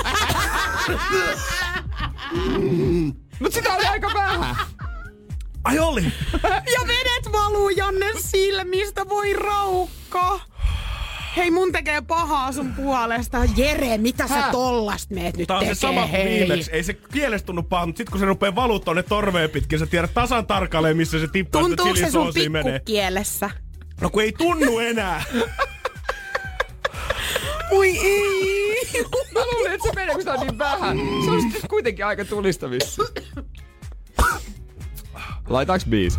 Mut sitä oli aika vähän. Ai oli? Ja vedet valuu Jannen silmistä, voi raukka. Hei, mun tekee pahaa sun puolesta. Jere, mitä sä Hä? tollast meet nyt Tää on tekee? se sama kuin hei. viimeksi. Ei se kielestä tunnu paha, mutta sit kun se rupee valuu tonne torveen pitkin, sä tiedät tasan tarkalleen, missä se tippaa, sitä Tuntuuko se sun chilisoosia menee. pikkukielessä? No kun ei tunnu enää. Ui ei. Mä luulen, että se menee, kun sitä on niin vähän. Se on sitten kuitenkin aika tulistavissa. Laitaaks biisi?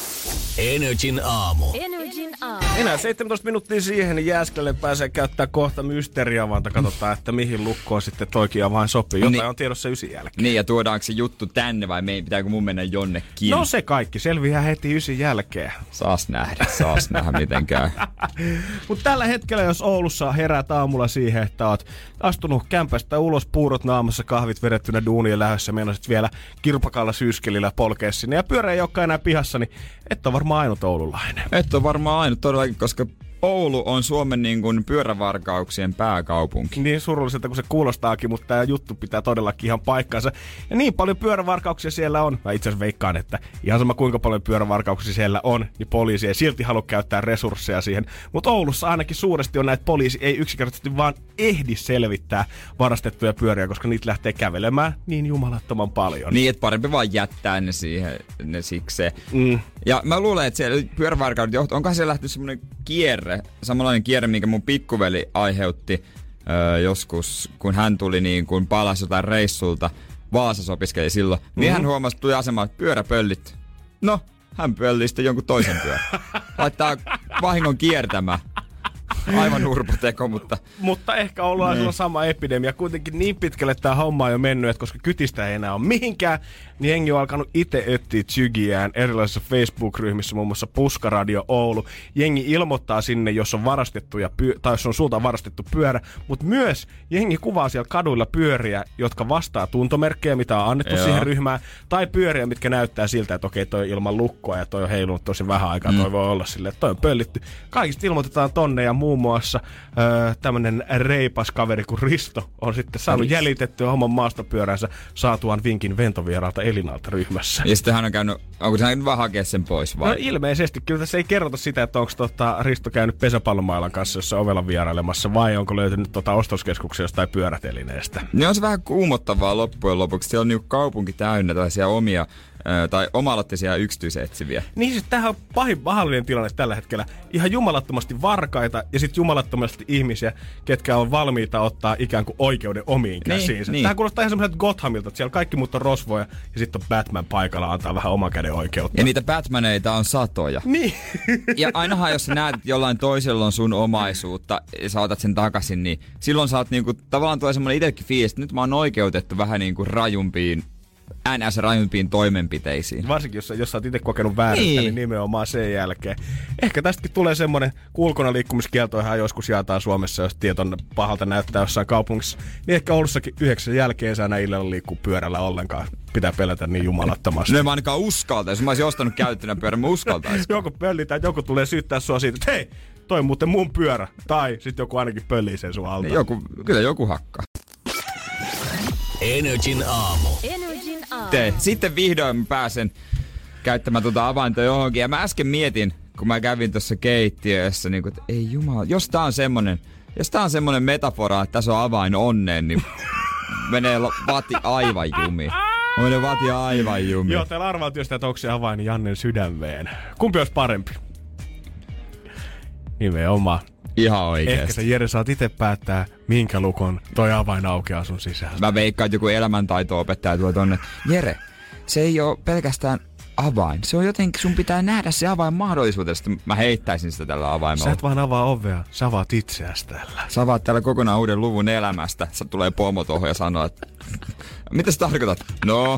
Energin aamu. Energin aamu. Enää seitsemäntoista minuuttia siihen, niin Jääskeläinen pääsee käyttää kohta mysteriavainta. Katsotaan, että mihin lukkoon sitten toikin avain sopii. Jotain Niin. on tiedossa ysin jälkeen. Niin, ja tuodaanko se juttu tänne vai me, pitääkö mun mennä jonnekin? No se kaikki selviää heti ysin jälkeen. Saas nähdä, saas nähdä miten käy. Mutta tällä hetkellä, jos Oulussa heräät aamulla siihen, että oot astunut kämpästä ulos, puurot naamassa, kahvit vedettynä duunien lähdössä, meinasit vielä kirpakalla syyskelillä polkea sinne ja pyörä ei olekaan enää pihassa, niin et ole varmaan ainut oululainen. Et on varmaan ainut todellakin, koska Oulu on Suomen niin kuin pyörävarkauksien pääkaupunki. Niin surulliselta kuin se kuulostaakin, mutta tämä juttu pitää todellakin ihan paikkaansa. Ja niin paljon pyörävarkauksia siellä on. Mä itse asiassa veikkaan, että ihan sama kuinka paljon pyörävarkauksia siellä on, niin poliisi ei silti halua käyttää resursseja siihen. Mutta Oulussa ainakin suuresti on näitä, poliisi ei yksinkertaisesti vaan ehdi selvittää varastettuja pyöriä, koska niitä lähtee kävelemään niin jumalattoman paljon. Niin, että parempi vaan jättää ne siihen, ne sikseen. Mm. Ja mä luulen, että siellä pyörävarkauden johto, onkohan se lähtenyt semmoinen kierre, samanlainen kierre, minkä mun pikkuveli aiheutti öö, joskus, kun hän tuli niin kuin palasi jotain reissulta. Vaasassa opiskeli silloin. Mm-hmm. Niin hän huomasi, että tuli asemaan, että pyöräpöllit. No, hän pöllii sitten jonkun toisen pyörän. Laittaa vahingon kiertämään. Aivan urpoteko, mutta... Mutta ehkä ollaan sillä sama epidemia. Kuitenkin niin pitkälle tämä homma on jo mennyt, että koska kytistä ei enää ole mihinkään, niin jengi on alkanut itse etsiä tsygiään erilaisissa Facebook-ryhmissä, muun muassa Puskaradio Oulu. Jengi ilmoittaa sinne, jos on varastettu ja pyö- tai jos on sulta on varastettu pyörä, mutta myös jengi kuvaa siellä kaduilla pyöriä, jotka vastaa tuntomerkkejä, mitä on annettu Joo. siihen ryhmään, tai pyöriä, mitkä näyttää siltä, että okei, toi on ilman lukkoa ja toi on heilunut tosi vähän aikaa, mm. toi voi olla silleen, että toi on pöllitty. Kaikista ilmoitetaan tonne ja muun muassa öö, tämmönen reipas kaveri kuin Risto on sitten saanut jäljitettyä oman maastopyöränsä saatuaan vinkin ventovieraalta Elinalta ryhmässä. Ja sitten hän on käynyt, onko se hän vaan hakea sen pois vai? No ilmeisesti. Kyllä tässä ei kerrota sitä, että onko tota Risto käynyt pesäpallomailan kanssa jossain ovella vierailemassa vai onko löytynyt tota ostoskeskuksia jostain pyörätelineestä. Niin on se vähän kuumottavaa loppujen lopuksi. Siellä on niinku kaupunki täynnä tällaisia omia ö, tai oma-aloitteisia yksityisetsiviä. Niin siis tämähän on pahin mahdollinen tilanne tällä hetkellä. Ihan jumalattomasti varkaita ja sitten jumalattomasti ihmisiä, ketkä on valmiita ottaa ikään kuin oikeuden omiin käsiinsä. niin. Tämähän kuulostaa ihan semmoiselta Gothamilta, että siellä kaikki muut on rosvoja ja sitten on Batman paikalla antaa vähän oman käden oikeutta. Ja niitä Batmaneita on satoja. Niin. Ja ainahan jos sä näet, että jollain toisella on sun omaisuutta ja sä otat sen takaisin, niin silloin sä oot niinku, tavallaan tulee semmoinen itsekin fiilis, että nyt mä oon oikeutettu vähän niinku rajumpiin N S-rajumpiin toimenpiteisiin. Varsinkin, jos, jos sä oot itse kokenut väärästä, niin. niin nimenomaan sen jälkeen. Ehkä tästäkin tulee semmonen, kun ulkona liikkumiskielto ihan joskus jaetaan Suomessa, jos tieton pahalta näyttää jossain kaupungissa. Niin ehkä Oulussakin yhdeksän jälkeen saa näin illalla liikkuu pyörällä ollenkaan. Pitää pelätä niin jumalattomasti. No en mä ainakaan uskaltaisi. Mä olisin ostanut käyttönä pyörän, mä uskaltaisin. Joku pöllitään, joku tulee syyttää sua siitä, että hei, toi on muuten mun pyörä. Tai sit joku ainakin pöllii sen sun alta. Niin joku, kyllä joku hakkaa. Energin aamu. Energin aamu. Te. Sitten vihdoin mä pääsen käyttämään tuota avainta johonkin. Ja mä äsken mietin, kun mä kävin tuossa keittiössä, niin kuin, että ei jumala, jos tää on semmonen, jos tää on semmonen metafora, että tässä on avain onneen, niin menee vati aivan jumiin. Menee vati aivan jumiin. Joo, teillä arvaat just, että onko se avain Jannen sydämeen. Kumpi olisi parempi? Nimenomaan. Ihan oikeesti. Ehkä sä Jere saat itse päättää, minkä lukon toi avain aukeaa sun sisään. Mä veikkaan, että joku elämäntaito-opettaja tuo tonne. Jere, se ei oo pelkästään avain. Se on jotenkin, sun pitää nähdä se avain mahdollisuudesta. Mä heittäisin sitä tällä avaimella. Sä et vaan avaa ovea, sä avaat itseäsi tällä. Sä avaat täällä kokonaan uuden luvun elämästä. Sä tulee pomo tohon ja sanoo, että mitä sä tarkoitat? No,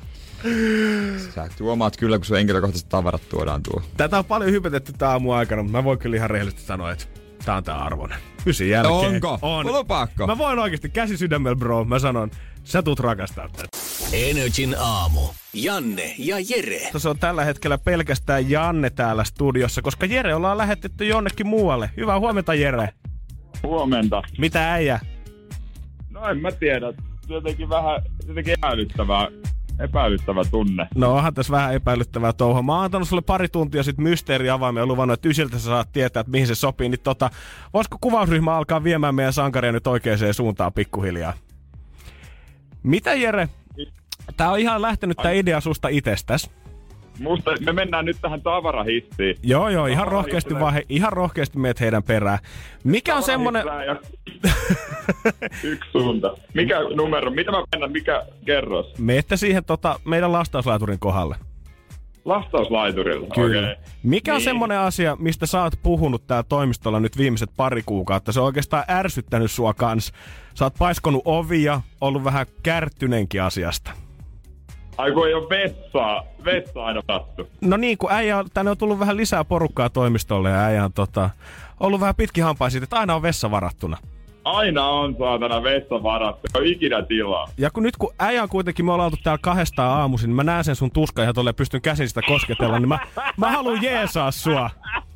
sä tuomaat kyllä, kun sun henkilökohtaiset tavarat tuodaan tuo. Tätä on paljon hypetetty tää aamu aikana, mutta mä voin kyllä ihan rehellisesti sanoa, että tää on tää arvoinen. Ysin jälkeen. Onko? On. Lupaakko? Mä voin oikeesti käsi sydämellä, bro. Mä sanon, sä tuut rakastaa tätä. Energin aamu. Janne ja Jere. Se on tällä hetkellä pelkästään Janne täällä studiossa, koska Jere ollaan lähetetty jonnekin muualle. Hyvää huomenta, Jere. Huomenta. Mitä äijä? No en mä tiedä. Jotenkin vähän jotenkin epäilyttävää, epäilyttävä tunne. No onhan tässä vähän epäilyttävää touhua. Mä oon antanut sulle pari tuntia sitten mysteeriavaimia ja luvannut, että ysiltä sä saat tietää, että mihin se sopii. Niin tota, voisiko kuvausryhmä alkaa viemään meidän sankaria nyt oikeaan suuntaan pikkuhiljaa? Mitä, Jere? Tää on ihan lähtenyt tää idea susta itsestäs. Musta me mennään nyt tähän tavarahissiin. Joo, joo, ihan rohkeasti vaan, he, ihan rohkeasti meet heidän perään. Mikä on semmonen... Ja... Yksi suunta. Mikä numero? Mitä mä mennään? Mikä kerros? Meette siihen tota, meidän lastauslaiturin kohdalle. Lastauslaiturilla? Kyllä. Okay. Mikä on niin. semmonen asia, mistä sä oot puhunut täällä toimistolla nyt viimeiset pari kuukautta? Se on oikeastaan ärsyttänyt sua kans. Sä oot paiskonut ovia, ollut vähän kärttyneenkin asiasta. Ai kun ei oo vessaa. Vessa aina sattu. No niin, kun äijä, tänne on tullut vähän lisää porukkaa toimistolle ja äijä on tota, ollut vähän pitkin hampaa siitä, että aina on vessa varattuna. Aina on saatana vessa varattu. Ei ole ikinä tilaa. Ja kun nyt kun äijä on kuitenkin, me ollaan oltu täällä kahdestaan aamuisin, niin mä näen sen sun tuskan ihan tolleen, pystyn käsin sitä kosketella, niin mä, mä haluun jeesaa sua.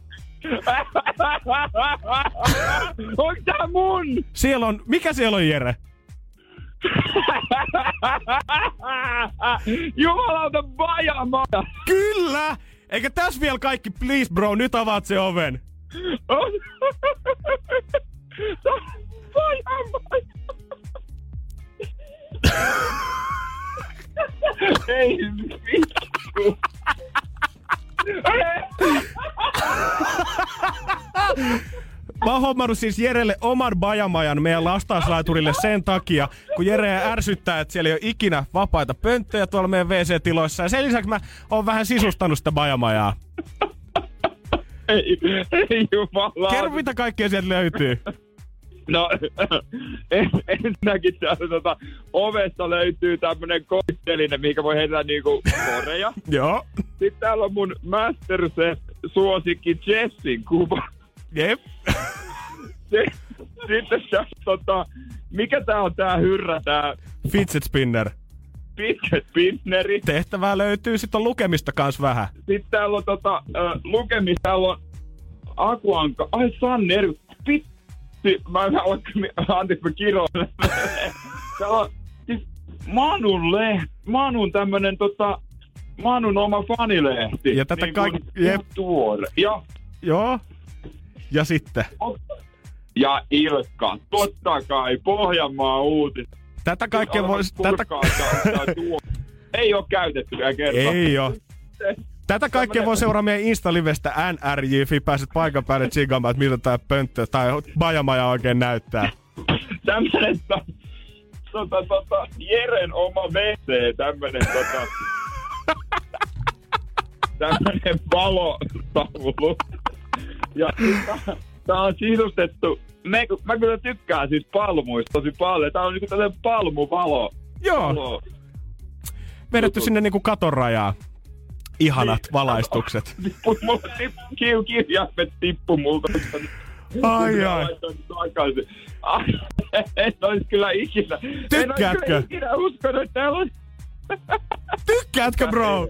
Onks tää mun? Siellä on, mikä siellä on, Jere? Jumalauta bajamaja! Kyllä! Eikä tässä vielä kaikki, please bro, nyt avaat se oven. Bajamaja! Ei vittu! Mä oon hommannut siis Jerelle oman bajamajan meidän lastauslaiturille sen takia, kun Jere ärsyttää, että siellä ei ole ikinä vapaita pönttöjä tuolla meidän W C-tiloissa. Ja sen lisäksi mä oon vähän sisustanut sitä bajamajaa. Ei, ei jumala. Kerro, mitä kaikkea sieltä löytyy. No, en, ensinnäkin täällä tota, ovesta löytyy tämmönen koisteline, mihinkä voi heittää niinku koreja. Joo. Sitten täällä on mun Masterchef-suosikki Jessin kuva. Jep. Sitten tässä tota, mikä tää on tää hyrrä, tää... Fidget spinner. Fidget spinneri. Tehtävää löytyy, sit on lukemista kans vähän. Sitten täällä on tota, äh, lukemista, täällä on Akuanka. Ai Sanne, eri... Pitti, mä en ole, anteeksi mä kiroilen. Täällä on siis Manun lehti, Manun tämmönen tota, Manun oma fanilehti. Ja tätä niin kaikki... Jep. Tuore. Ja... Joo. Ja sitten? Ja Ilkka, totta kai, Pohjanmaan uutis. Tätä kaikkea voisi... Tätä... Ei oo käytettykään kertaa. Ei oo. Tätä kaikkea voi seuraa meidän Insta-livestä N R J F. Pääset paikan päälle tsigamaan, että miltä tää pönttö tai bajamaja oikein näyttää. Tämmönen tota, tota, Jeren oma W C, tämmönen tota... tämmönen valotaulu. Ja tää on sisustettu. Me, mä kyllä tykkään siis palmuista tosi paljon. Tää on niinku tällainen palmuvalo. Joo. Valo. vedetty sinne niinku katon rajaa. Ihanat valaistukset. Tippu, mulla tippu, kiu, kirjaimet tippu multa. Ai ai. En ois kyllä ikinä. Tykkäätkö? En ois kyllä ikinä uskonut, että täällä on... Tykkäätkö, bro?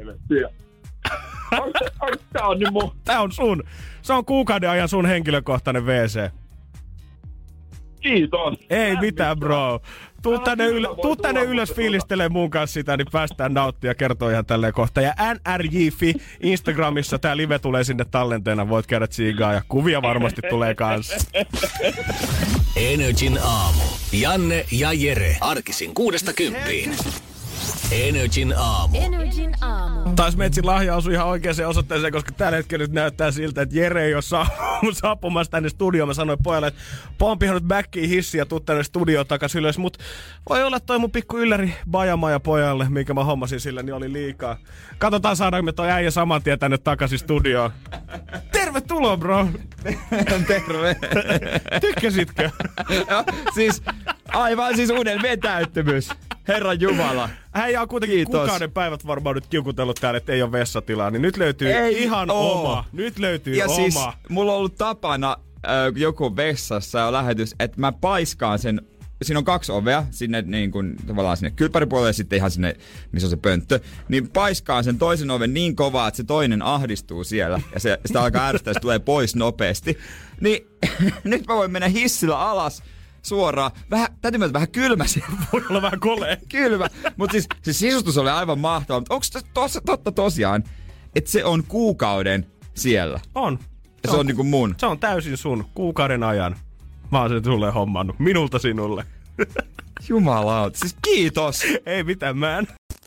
Tää on nyt mun. Tää on sun. Se on kuukauden ajan sun henkilökohtainen W C. Kiitos. Ei mitään, bro. Tuu tänne, yl- tuu tänne ylös fiilistelee mun kanssa sitä, niin päästään nauttia ja kertoo ihan tälleen kohta. Ja N R J F I Instagramissa tää live tulee sinne tallenteena. Voit käydä tsiigaa ja kuvia varmasti tulee kanssa. Energin aamu. Janne ja Jere. Arkisin kuudesta kymppiin. Energin aamu. Energin aamu. Taas Metsin lahja osui ihan oikeaan osoitteeseen, koska tällä hetkellä nyt näyttää siltä, että Jere ei ole saapumassa tänne studioon. Mä sanoin pojalle, että pompihan nyt backiin hissi ja tuu tänne studioon takas ylös. Mut voi olla toi mun pikku ylläri bajamaja pojalle, minkä mä hommasin sillä, niin oli liikaa. Katsotaan saadaanko me toi äijä saman tien tänne takaisin studioon. Tervetuloa, bro! Terve! Tykkäsitkö? No, siis aivan siis uuden vetäyttymys. Herran Jumala. Hän on kuitenkin Kiitos. kuukauden päivät varmaan nyt kiukutellut täällä, että ei ole vessatilaa. Niin nyt löytyy ei ihan oo. oma. Nyt löytyy ja oma. Siis, mulla on ollut tapana äh, joku vessassa ja lähetys, että mä paiskaan sen. Siinä on kaksi ovea, sinne niin kuin, tavallaan sinne kylppäripuolelle ja sitten ihan sinne, missä on se pönttö. Niin paiskaan sen toisen oven niin kovaa, että se toinen ahdistuu siellä. Ja se, sitä alkaa ärsyttää ja se tulee pois nopeasti. Niin nyt mä voin mennä hissillä alas suoraan. Vähän, täytyy myöntää vähän kylmä siellä. Voi olla vähän kolea. Kylmä. Mutta siis se sisustus oli aivan mahtava. Mutta onko tos, totta tosiaan, että se on kuukauden siellä? On. Ja se on, on niinku mun. Se on täysin sun kuukauden ajan. Mä oon sen sulle hommannut. Minulta sinulle. Jumalauta. Siis kiitos. Ei mitään, man.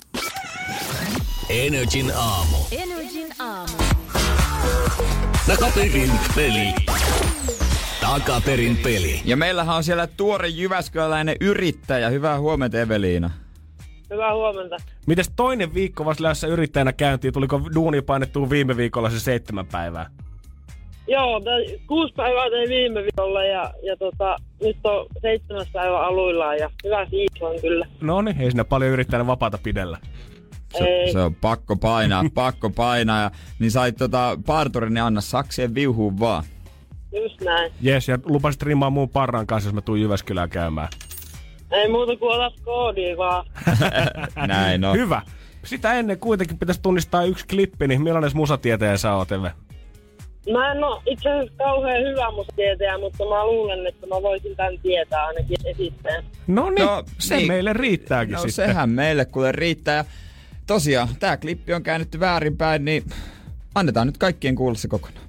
Energin aamu. Energin aamu. Takaperin peli. Takaperin peli. Ja meillähän on siellä tuore jyväskyläläinen yrittäjä. Hyvää huomenta, Eveliina. Hyvää huomenta. Mites toinen viikko vasta lähdössä yrittäjänä käyntiin? Tuliko duunia painettua viime viikolla se seitsemän päivää? Joo, kuusi päivää tein viime viikolla ja, ja tota, nyt on seitsemäs päivä aluillaan ja hyvä siis on kyllä. No niin, ei siinä paljon yrittäjänä vapaata pidellä. Se, se on pakko painaa, pakko painaa. Ja, niin sait tota parturin, niin anna sakseen viuhuun vaan. Just näin. Jes, ja lupasit rimmaa muun parran kanssa, jos mä tuun Jyväskylään käymään. Ei muuta kuin otas koodia vaan. Näin on. Hyvä. Sitä ennen kuitenkin pitäisi tunnistaa yksi klippi, niin millainen musatietäjä sä oot, Eve? Mä en oo itse asiassa kauhean hyvä musatietäjä, mutta mä luulen, että mä voisin tän tietää ainakin esitteen. No niin, no, se niin. meille riittääkin no, sitten. Sehän meille kuule riittää. Ja tosiaan, tää klippi on käännetty väärinpäin, niin annetaan nyt kaikkien kuulla se kokonaan.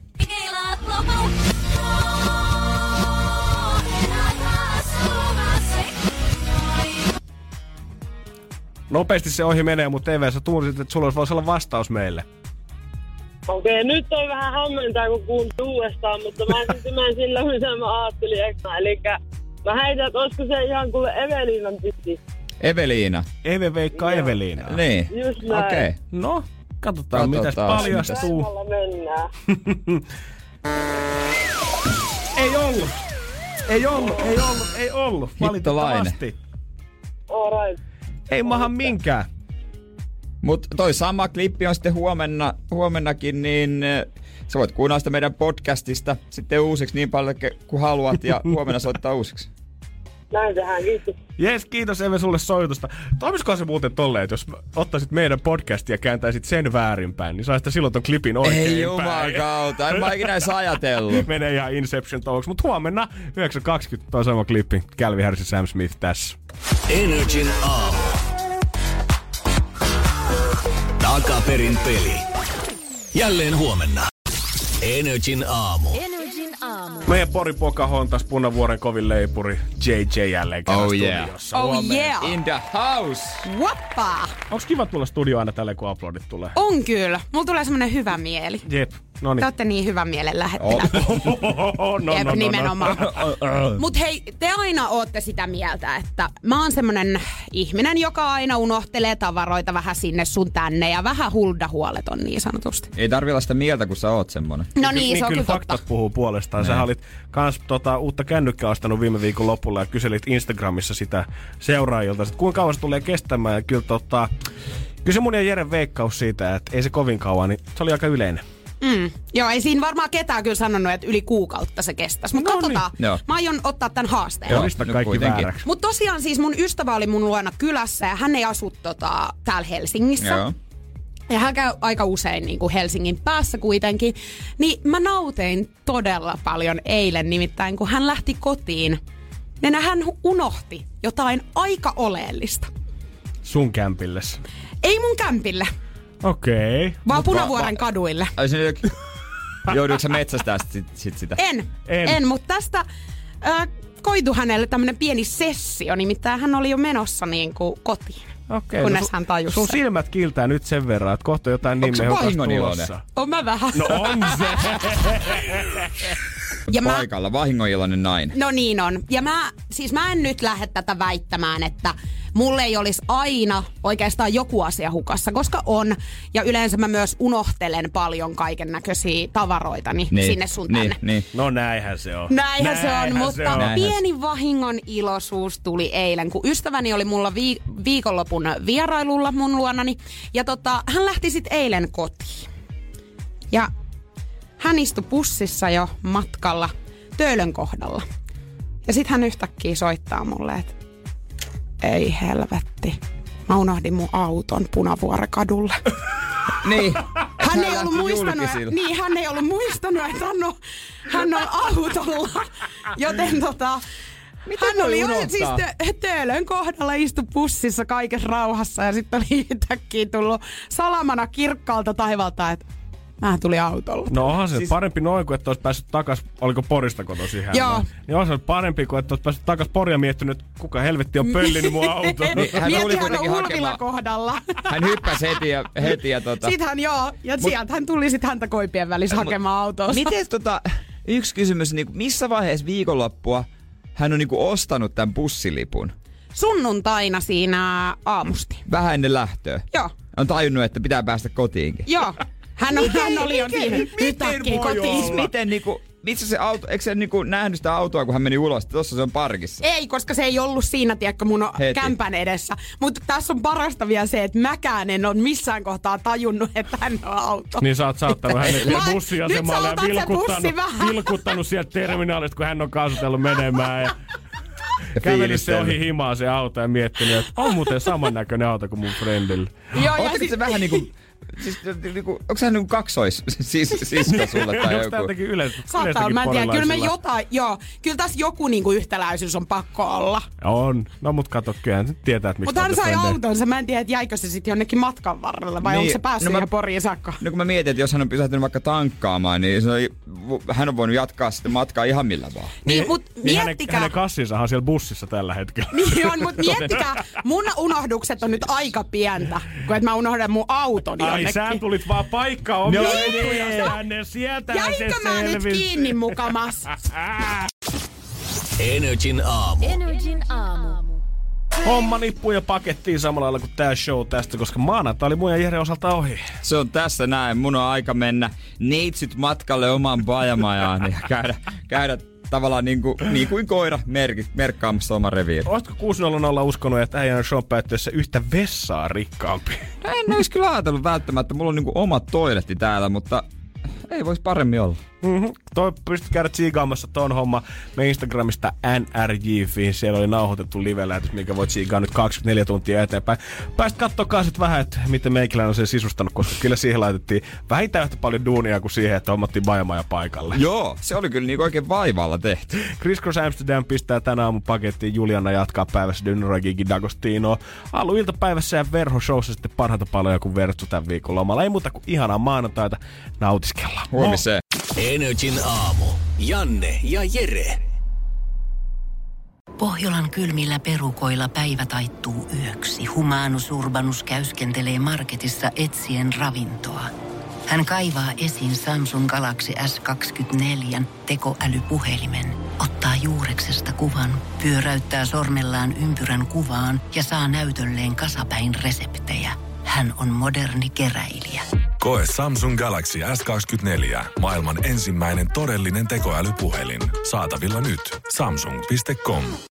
Nopeasti se ohi menee, mutta Eve, sä tunsit, että sulla voisi olla vastaus meille. Okei, nyt on vähän hämmentää, kun kuuntelin uudestaan, mutta mä en sitten mene sillä, mitä mä ajattelin ekana. Elikkä mä heitän, että olisiko se ihan kuule Eveliinan tytti. Eveliina. Eve veikkaa Eveliinaa. Niin. Just näin. Okei. Okay. No, katsotaan, mitäs paljastuu. Päivällä mennään. Ei ollut. Ei ollut, ei ollut, ei ollut. Valitettavasti. All right. Ei maha minkään. Mut toi sama klippi on sitten huomenna, huomennakin, niin sä voit kuunnella sitä meidän podcastista sitten uusiksi niin paljon kuin haluat ja huomenna soittaa uusiksi. Näin tehdään, kiitos. Jes, kiitos Eve sulle soitusta. Toimisikohan se muuten tolleen, että jos ottaisit meidän podcastia ja kääntäisit sen väärinpäin, niin saisit silloin ton klipin oikein Ei jumalauta, en mä ikinä edes ajatellut. Menee ihan Inception touhuksi, mutta huomenna yhdeksän kaksikymmentä toi sama klippi. Calvin Harris ja Sam Smith tässä. Energin aamu. Takaperin peli. Jälleen huomenna. Energin aamu. Energin aamu. Meidän Pori Pocahontas, Punavuoren kovin leipuri, J J jälleen kerran Oh studiossa. yeah. Oh Huomenna. yeah. In the house. Wappa! Onks kiva tulla studioon aina tälleen, kun uploadit tulee? On kyllä. Mulla tulee semmonen hyvä mieli. Jep, noniin. Te ootte niin hyvän mielen lähettilä. Oh, no, Jep, no, no, nimenomaan. no. Mut hei, te aina ootte sitä mieltä, että mä oon semmonen ihminen, joka aina unohtelee tavaroita vähän sinne sun tänne ja vähän huldahuoleton niin sanotusti. Ei tarvi olla sitä mieltä, kun sä oot semmonen. No niin, se on kyllä kyllä faktat totta. puhuu puolestaan. Ne. Sä olit kans tota, uutta kännykkää ostanut viime viikon lopulla ja kyselit Instagramissa sitä seuraajilta, että kuinka kauan se tulee kestämään. Ja kyllä tota, Kyllä se mun ja Jeren veikkaus siitä, että ei se kovin kauan, niin se oli aika yleinen. Mm. Joo, ei siinä varmaan ketään kyllä sanonut, että yli kuukautta se kestäisi. Mutta no katsotaan. Niin. Mä aion ottaa tämän haasteen. Joo, no kaikki vääräksi. Mutta tosiaan siis mun ystävä oli mun luona kylässä ja hän ei asu tota, täällä Helsingissä. Joo. Ja hän käy aika usein niin kuin Helsingin päässä kuitenkin. Niin mä nautein todella paljon eilen, nimittäin kun hän lähti kotiin, niin hän unohti jotain aika oleellista. Sun kämpilles? Ei mun kämpille. Okei. Okay. Vaan Punavuoren va- kaduille. Ai se joudutko sä metsästää sit, sit sitä? En, en, en mutta tästä äh, koitu hänelle tämmönen pieni sessio, nimittäin hän oli jo menossa niin kuin kotiin. Okei. Kunnes no, hän tajusi sun silmät kiiltää nyt sen verran, että kohta jotain nimeä on tulossa. On mä vähän. No on se. ja paikalla, vahingoillainen nainen. No niin on. Ja mä, siis mä en nyt lähde tätä väittämään, että mulle ei olisi aina oikeastaan joku asia hukassa, koska on. Ja yleensä mä myös unohtelen paljon kaiken näköisiä tavaroitani niin, sinne sun tänne. Niin, niin. No näinhän se on. Näinhän, näinhän se on, mutta se on. pieni vahingon iloisuus tuli eilen, kun ystäväni oli mulla vi- viikonlopun vierailulla mun luonani. Ja tota, hän lähti sit eilen kotiin. Ja hän istui bussissa jo matkalla Töölön kohdalla. Ja sit hän yhtäkkiä soittaa mulle, että ei helvetti. Mä unohdin mun auton Punavuoren kadulle. Niin. Hän ei ollut muistanut, niin, hän ei ollut muistanut, että hän on, hän on autolla. Joten tota, miten hän oli jo unohtaa? siis tö- Töölön kohdalla istu bussissa kaikessa rauhassa ja sitten oli yhtäkkiä tullut salamana kirkkaalta taivalta, että mä tulin autolla. No onhan se siis parempi noin kuin, että olisi päässyt takas, oliko Porista kotoisin hän? Joo. Niin on se parempi kuin, että olisi päässyt takas Poria ja miettinyt, että kuka helvetti on pöllinyt mun auto. Niin, hän Mieti, hän on Ulvilla kohdalla. Hän hyppäsi heti ja, heti ja tota. Sitten hän joo, ja Mut, sieltä hän tuli sitten häntä koipien välissä hakemaan autoa. Miten tota, yksi kysymys, niin missä vaiheessa viikonloppua hän on niinku ostanut tämän bussilipun? Sunnuntaina siinä aamusti. Vähän ennen lähtöä? Joo. On tajunnut, että pitää päästä kotiinkin? Joo. Hän, on, hän oli jo siinä yhtäkkiä kotiin. Miten niinku, missä se auto, eikö se niinku nähnyt sitä autoa, kun hän meni ulos? Tossa se on parkissa. Ei, koska se ei ollut siinä, tiedätkö, mun Heti. kämpän edessä. Mutta tässä on parasta vielä se, että mäkään en ole missään kohtaa tajunnut, että hän on auto. Niin sä oot saattanut hänet bussiasemalle ja vilkuttanut, vilkuttanut sieltä terminaalista, kun hän on kaasutellut menemään. Ja kävellyt se ohi himaa se auto ja miettinyt, että on muuten samannäköinen auto kuin mun friendillä. Ootteko se vähän niinku... Siis, niinku, onko se niinku kaksois sis, sisko sulle tai joku? Onko tää jotenkin yleensä? Saattaa, mä en tiedä. Kyllä me jotain, joo. Kyllä tässä joku niinku yhtäläisyys on pakko olla. On. No mut kato, kyllä nyt tietää, että miksi. Mutta hän sai autonsa. Mä en tiedä, että jäikö se sitten jonnekin matkan varrella vai niin, onko se päässyt no ihan Poriin saakka? No kun mä mietin, että jos hän on pysähtynyt vaikka tankkaamaan, niin se oli, hän on voinut jatkaa sitten matkaa ihan millä vaan. Niin, niin mut niin miettikää. Hänen, hänen kassinsahan on siellä bussissa tällä hetkellä. Niin on, mut miettikää. Mun unohdukset on nyt aika pientä, kun et mä unohdan mun auton jonnekin. Ai sä tulit vaan paikkaan omia no, juttuja tänne, sieltähän se Jäinkö mä nyt kiinni mukamas? Energin aamu. Energin aamu. Homma nippuu ja pakettiin samalla lailla kuin tää show tästä, koska maanantai oli mun ja Jere osalta ohi. Se on tässä näin. Mun on aika mennä neitsyt matkalle omaan bajamajaan ja käydä, käydä tavallaan niin kuin, niin kuin koira merkit, merkkaamassa oman reviirin. Olisitko kuusi nolla nolla uskonut, että äijän show päättyessä yhtä vessaa rikkaampi? No en olisi kyllä ajatellut välttämättä. Mulla on niin kuin oma toiletti täällä, mutta ei voisi paremmin olla. Mm-hmm. Toi pystyt käydä tsiigaamassa ton homma me Instagramista N R J F. Siellä oli nauhoitettu live-lähetys, mikä voi tsiigaa nyt kaksikymmentäneljä tuntia eteenpäin. Pääsit katsoa sit vähän, että miten meikäläinen on sen sisustanut, koska kyllä siihen laitettiin vähintään yhtä paljon duunia kuin siihen, että hommattiin bajamaja paikalle. Joo, se oli kyllä niinku oikein vaivalla tehty. Chris Cross Amsterdam pistää tänä aamun pakettiin. Juliana jatkaa päivässä Dynora Gigi D'Agostino. Allu iltapäivässä ja Verho showssa sitten parhaita paloja kuin Vertsu tämän viikon lomalla. Ei muuta kuin ihanaa maanantaita. Nautiskellaan. Huomiseen. Energin aamu. Janne ja Jere. Pohjolan kylmillä perukoilla päivä taittuu yöksi. Humanus Urbanus käyskentelee marketissa etsien ravintoa. Hän kaivaa esiin Samsung Galaxy S kaksikymmentäneljä tekoälypuhelimen, ottaa juureksesta kuvan, pyöräyttää sormellaan ympyrän kuvaan ja saa näytölleen kasapäin reseptejä. Hän on moderni keräilijä. Koe Samsung Galaxy S kaksikymmentäneljä. Maailman ensimmäinen todellinen tekoälypuhelin. Saatavilla nyt. Samsung piste com.